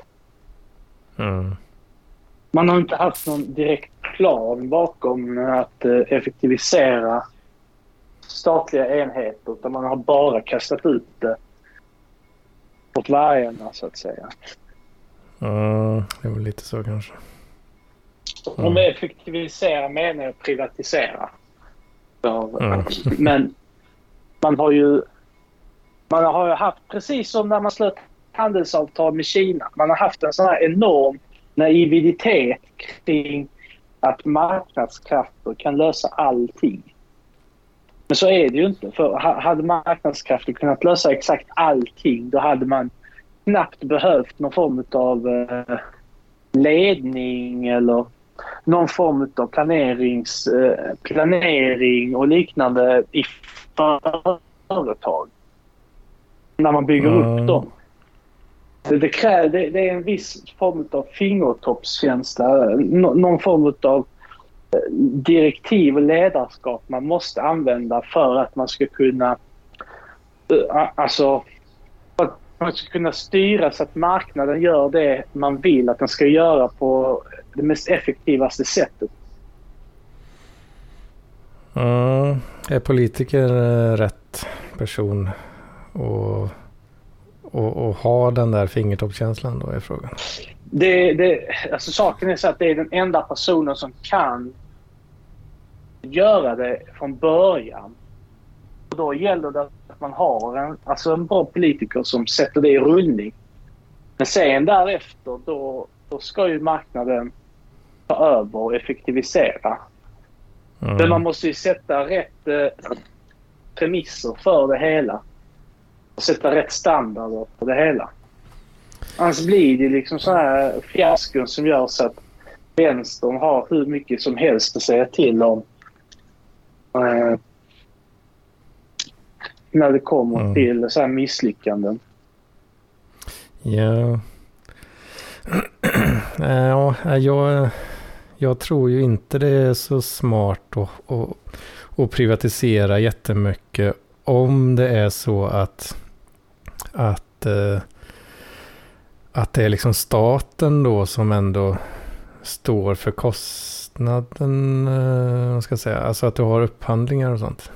Man har inte haft någon direkt plan bakom att effektivisera statliga enheter utan man har bara kastat ut det åt vargarna så att säga. Det var lite så kanske. Om effektivisera menar jag privatisera. Men man har ju haft, precis som när man slöt handelsavtal med Kina, man har haft en sån här enorm naivitet kring att marknadskrafter kan lösa allting. Men så är det ju inte. För hade marknadskrafter kunnat lösa exakt allting, då hade man knappt behövt någon form av ledning eller någon form av planering och liknande i företag. När man bygger upp dem. Det är en viss form av fingertoppskänsla, någon form av direktiv och ledarskap man måste använda för att man ska kunna man ska kunna styra så att marknaden gör det man vill att den ska göra på det mest effektivaste sättet. Är politiker rätt person och ha den där fingertoppskänslan då är frågan? Alltså saken är så att det är den enda personen som kan göra det från början. Och då gäller det att man har en bra politiker som sätter det i rullning. Men sen därefter då ska ju marknaden ta över och effektivisera. Men man måste ju sätta rätt premisser för det hela. Och sätta rätt standarder på det hela. Annars blir det liksom så här fiaskon som gör så att vänstern har hur mycket som helst att säga till om när det kommer till så här misslyckanden. Ja. Jag tror ju inte det är så smart att privatisera jättemycket om det är så att det är liksom staten då som ändå står för kostnaden, vad ska jag säga, alltså att du har upphandlingar och sånt.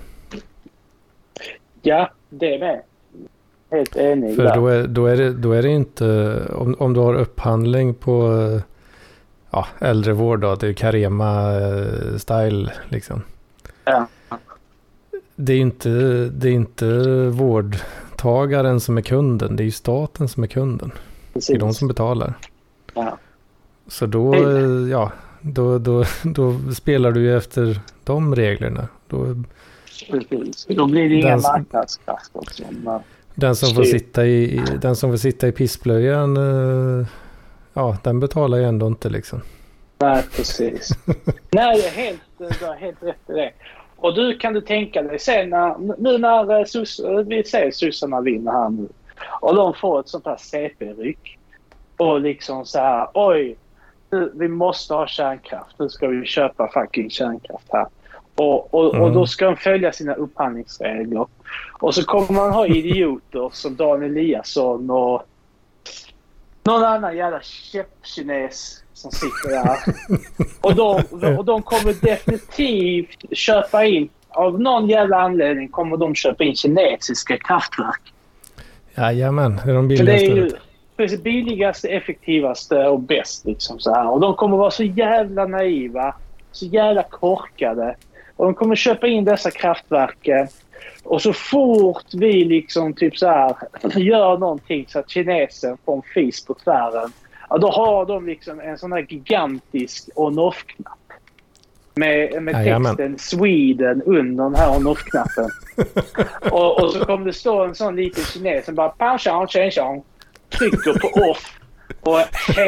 Ja, det är med. Helt enig. För då är det inte, om du har upphandling på äldrevård då, det är Carema style liksom. Ja. Det är inte vårdtagaren som är kunden, det är ju staten som är kunden. Precis. Det är de som betalar. Ja. Så då, då spelar du ju efter de reglerna. Då blir det inga marknadskrafter som... Den som får sitta i pissblöjan, den betalar ju ändå inte liksom. Nej, precis. Nej, du har helt rätt i det. Och kan du tänka dig sen när vi ser sossarna vinna här nu och de får ett sånt här CP-ryck och liksom så här, oj, vi måste ha kärnkraft, nu ska vi köpa fucking kärnkraft här. Och då ska de följa sina upphandlingsregler. Och så kommer man ha idioter som Daniel Eliasson och någon annan jävla käppkines som sitter där. Och de kommer definitivt köpa in, av någon jävla anledning kommer de köpa in kinesiska kraftverk. Jajamän, det är de billigaste. För det är ju billigaste, effektivaste och bäst liksom så här. Och de kommer vara så jävla naiva, så jävla korkade. Och de kommer köpa in dessa kraftverk. Och så fort vi liksom typ så här gör någonting så att kinesen får en fis på tvären, då har de liksom en sån här gigantisk on-off-knapp. Med texten Sweden under den här on-off-knappen. och så kommer det stå en sån liten kines som bara trycker på off. Och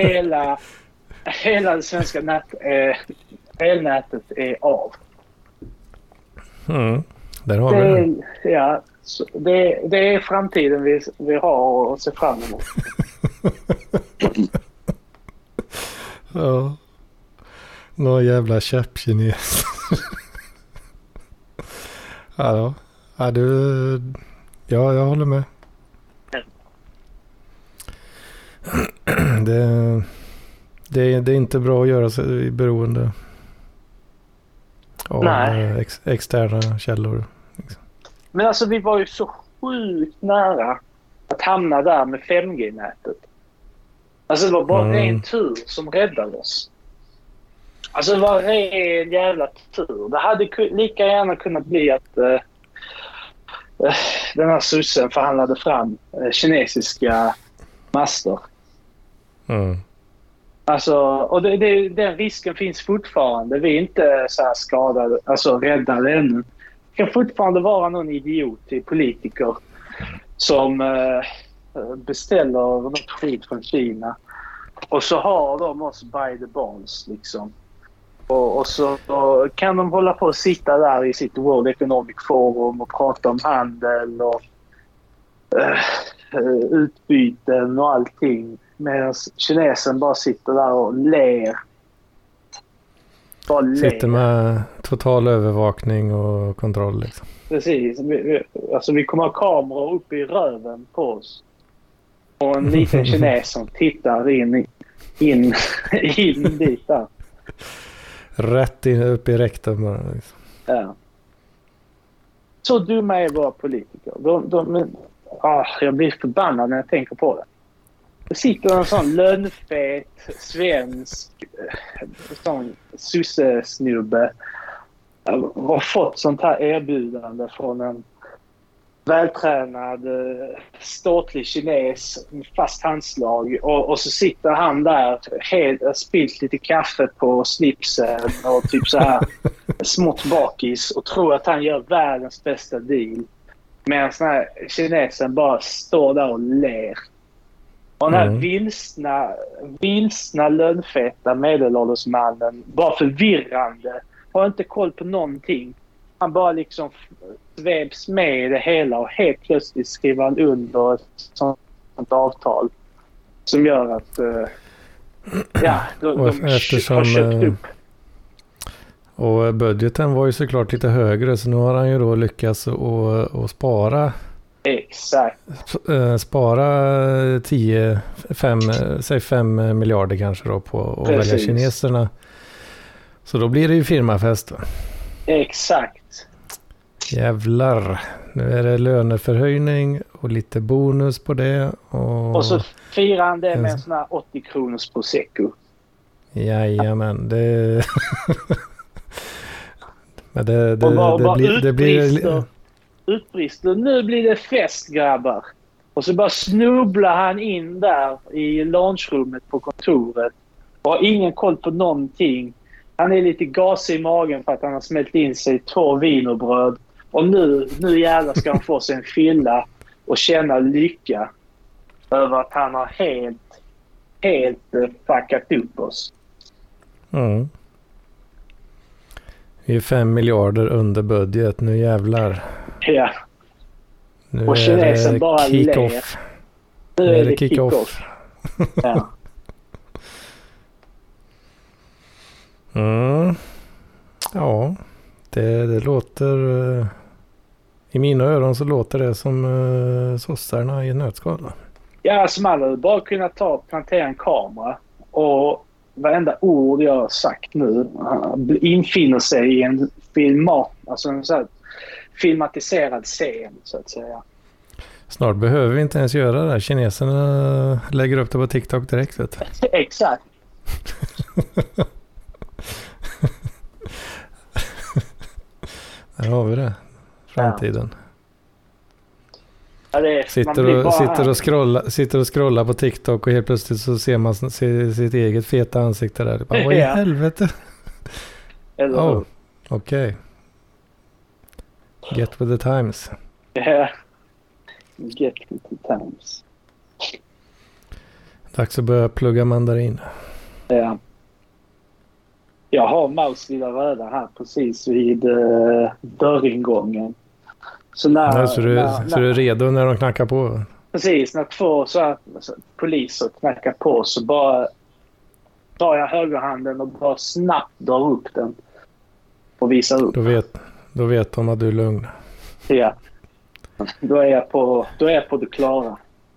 hela det svenska elnätet är av. Där har vi det. Ja, det är framtiden vi har att se fram emot. Ja. Någon jävla käppkines. Ja, jag håller med. Det är inte bra att göra sig beroende av externa källor. Liksom. Men alltså vi var ju så sjukt nära att hamna där med 5G-nätet. Alltså det var bara en tur som räddade oss. Alltså det var en jävla tur. Det hade lika gärna kunnat bli att den här sussen förhandlade fram kinesiska master. Alltså, och den risken finns fortfarande. Vi är inte så här skadade, alltså räddade ännu. Det kan fortfarande vara någon idiot i politiker som beställer något skit från Kina. Och så har de oss by the bonds liksom. Och så kan de hålla på att sitta där i sitt World Economic Forum och prata om handel och utbyten och allting. Medan kinesen bara sitter där och ler. Sitter med total övervakning och kontroll liksom. Precis. Vi kommer ha kameror uppe i röven på oss. Och en liten kines som tittar in dit där. Rätt upp i rektum. Liksom. Ja. Så dumma är våra politiker. Jag blir förbannad när jag tänker på det. Det sitter en sån lönnfet svensk sån sussesnubbe har fått sånt här erbjudande från en vältränad ståtlig kines med fast handslag och så sitter han där helt spilt lite kaffe på slipsen och typ så här smått bakis och tror att han gör världens bästa deal, medan sån här kinesen bara står där och ler. Och den här vilsna lönnfeta medelåldersmannen, bara förvirrande, har inte koll på någonting. Han bara liksom sveps med i det hela och helt plötsligt skriver han under ett sånt avtal som gör att de har köpt upp. Och budgeten var ju såklart lite högre, så nu har han ju då lyckats att spara. Exakt. Spara 5 miljarder kanske då på att välja kineserna. Så då blir det ju firmafest. Exakt. Jävlar. Nu är det löneförhöjning och lite bonus på det. Och så firar han det med en sån här 80 kronors prosecco. Jajamän. Men det blir utbrister. Nu blir det fest, grabbar. Och så bara snubblar han in där i lunchrummet på kontoret och har ingen koll på någonting. Han är lite gasig i magen för att han har smält in sig 2 wienerbröd. Och nu jävlar ska han få sig en fylla och känna lycka över att han har helt fuckat upp oss. Mm. Vi är 5 miljarder under budget. Nu jävlar. Ja. Nu och kinesen bara kick-off. Nu är det kick-off. Ja. Ja, det låter... I mina öron så låter det som sossarna i en nötskal. Ja, alltså man hade bara kunnat plantera en kamera och varenda ord jag har sagt nu infinner sig i en alltså en så här filmatiserad scen, så att säga. Snart behöver vi inte ens göra det här. Kineserna lägger upp det på TikTok direkt. Vet du. Exakt. Där har vi det. Framtiden. Ja, Sitter och scrollar på TikTok och helt plötsligt så ser man sitt eget feta ansikte där. Bara, vad i helvete? Okej. Get with the times. Ja. Get with the times. Dags att börja plugga mandarin. Ja. Jag har Maus lilla röda här precis vid dörringången. Så du är redo när de knackar på? Precis, när 2 poliser knackar på så bara tar jag högerhanden och bara snabbt drar upp den och visar upp. Då vet de att du är lugn. Ja. Då är jag på det klara.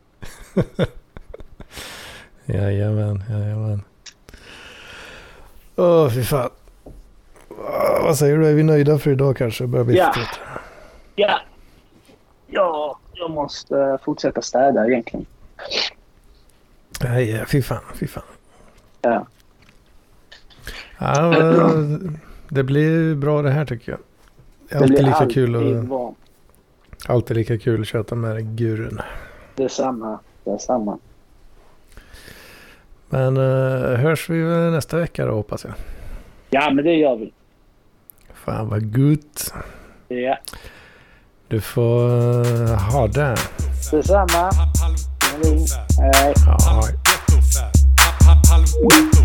Jajamän. Fy fan. Vad säger du? Är vi nöjda för idag kanske? Börjar bli trött. Ja, jag måste fortsätta städa egentligen. Nej, fy fan. Ja. Ja, det blir bra det här tycker jag. Det är alltid lika kul att köta med gurun. Det är samma. Men hörs vi nästa vecka då, hoppas jag. Ja, men det gör vi. Fan vad gott. Ja. Du får ha det. Detsamma. Hej. Ja.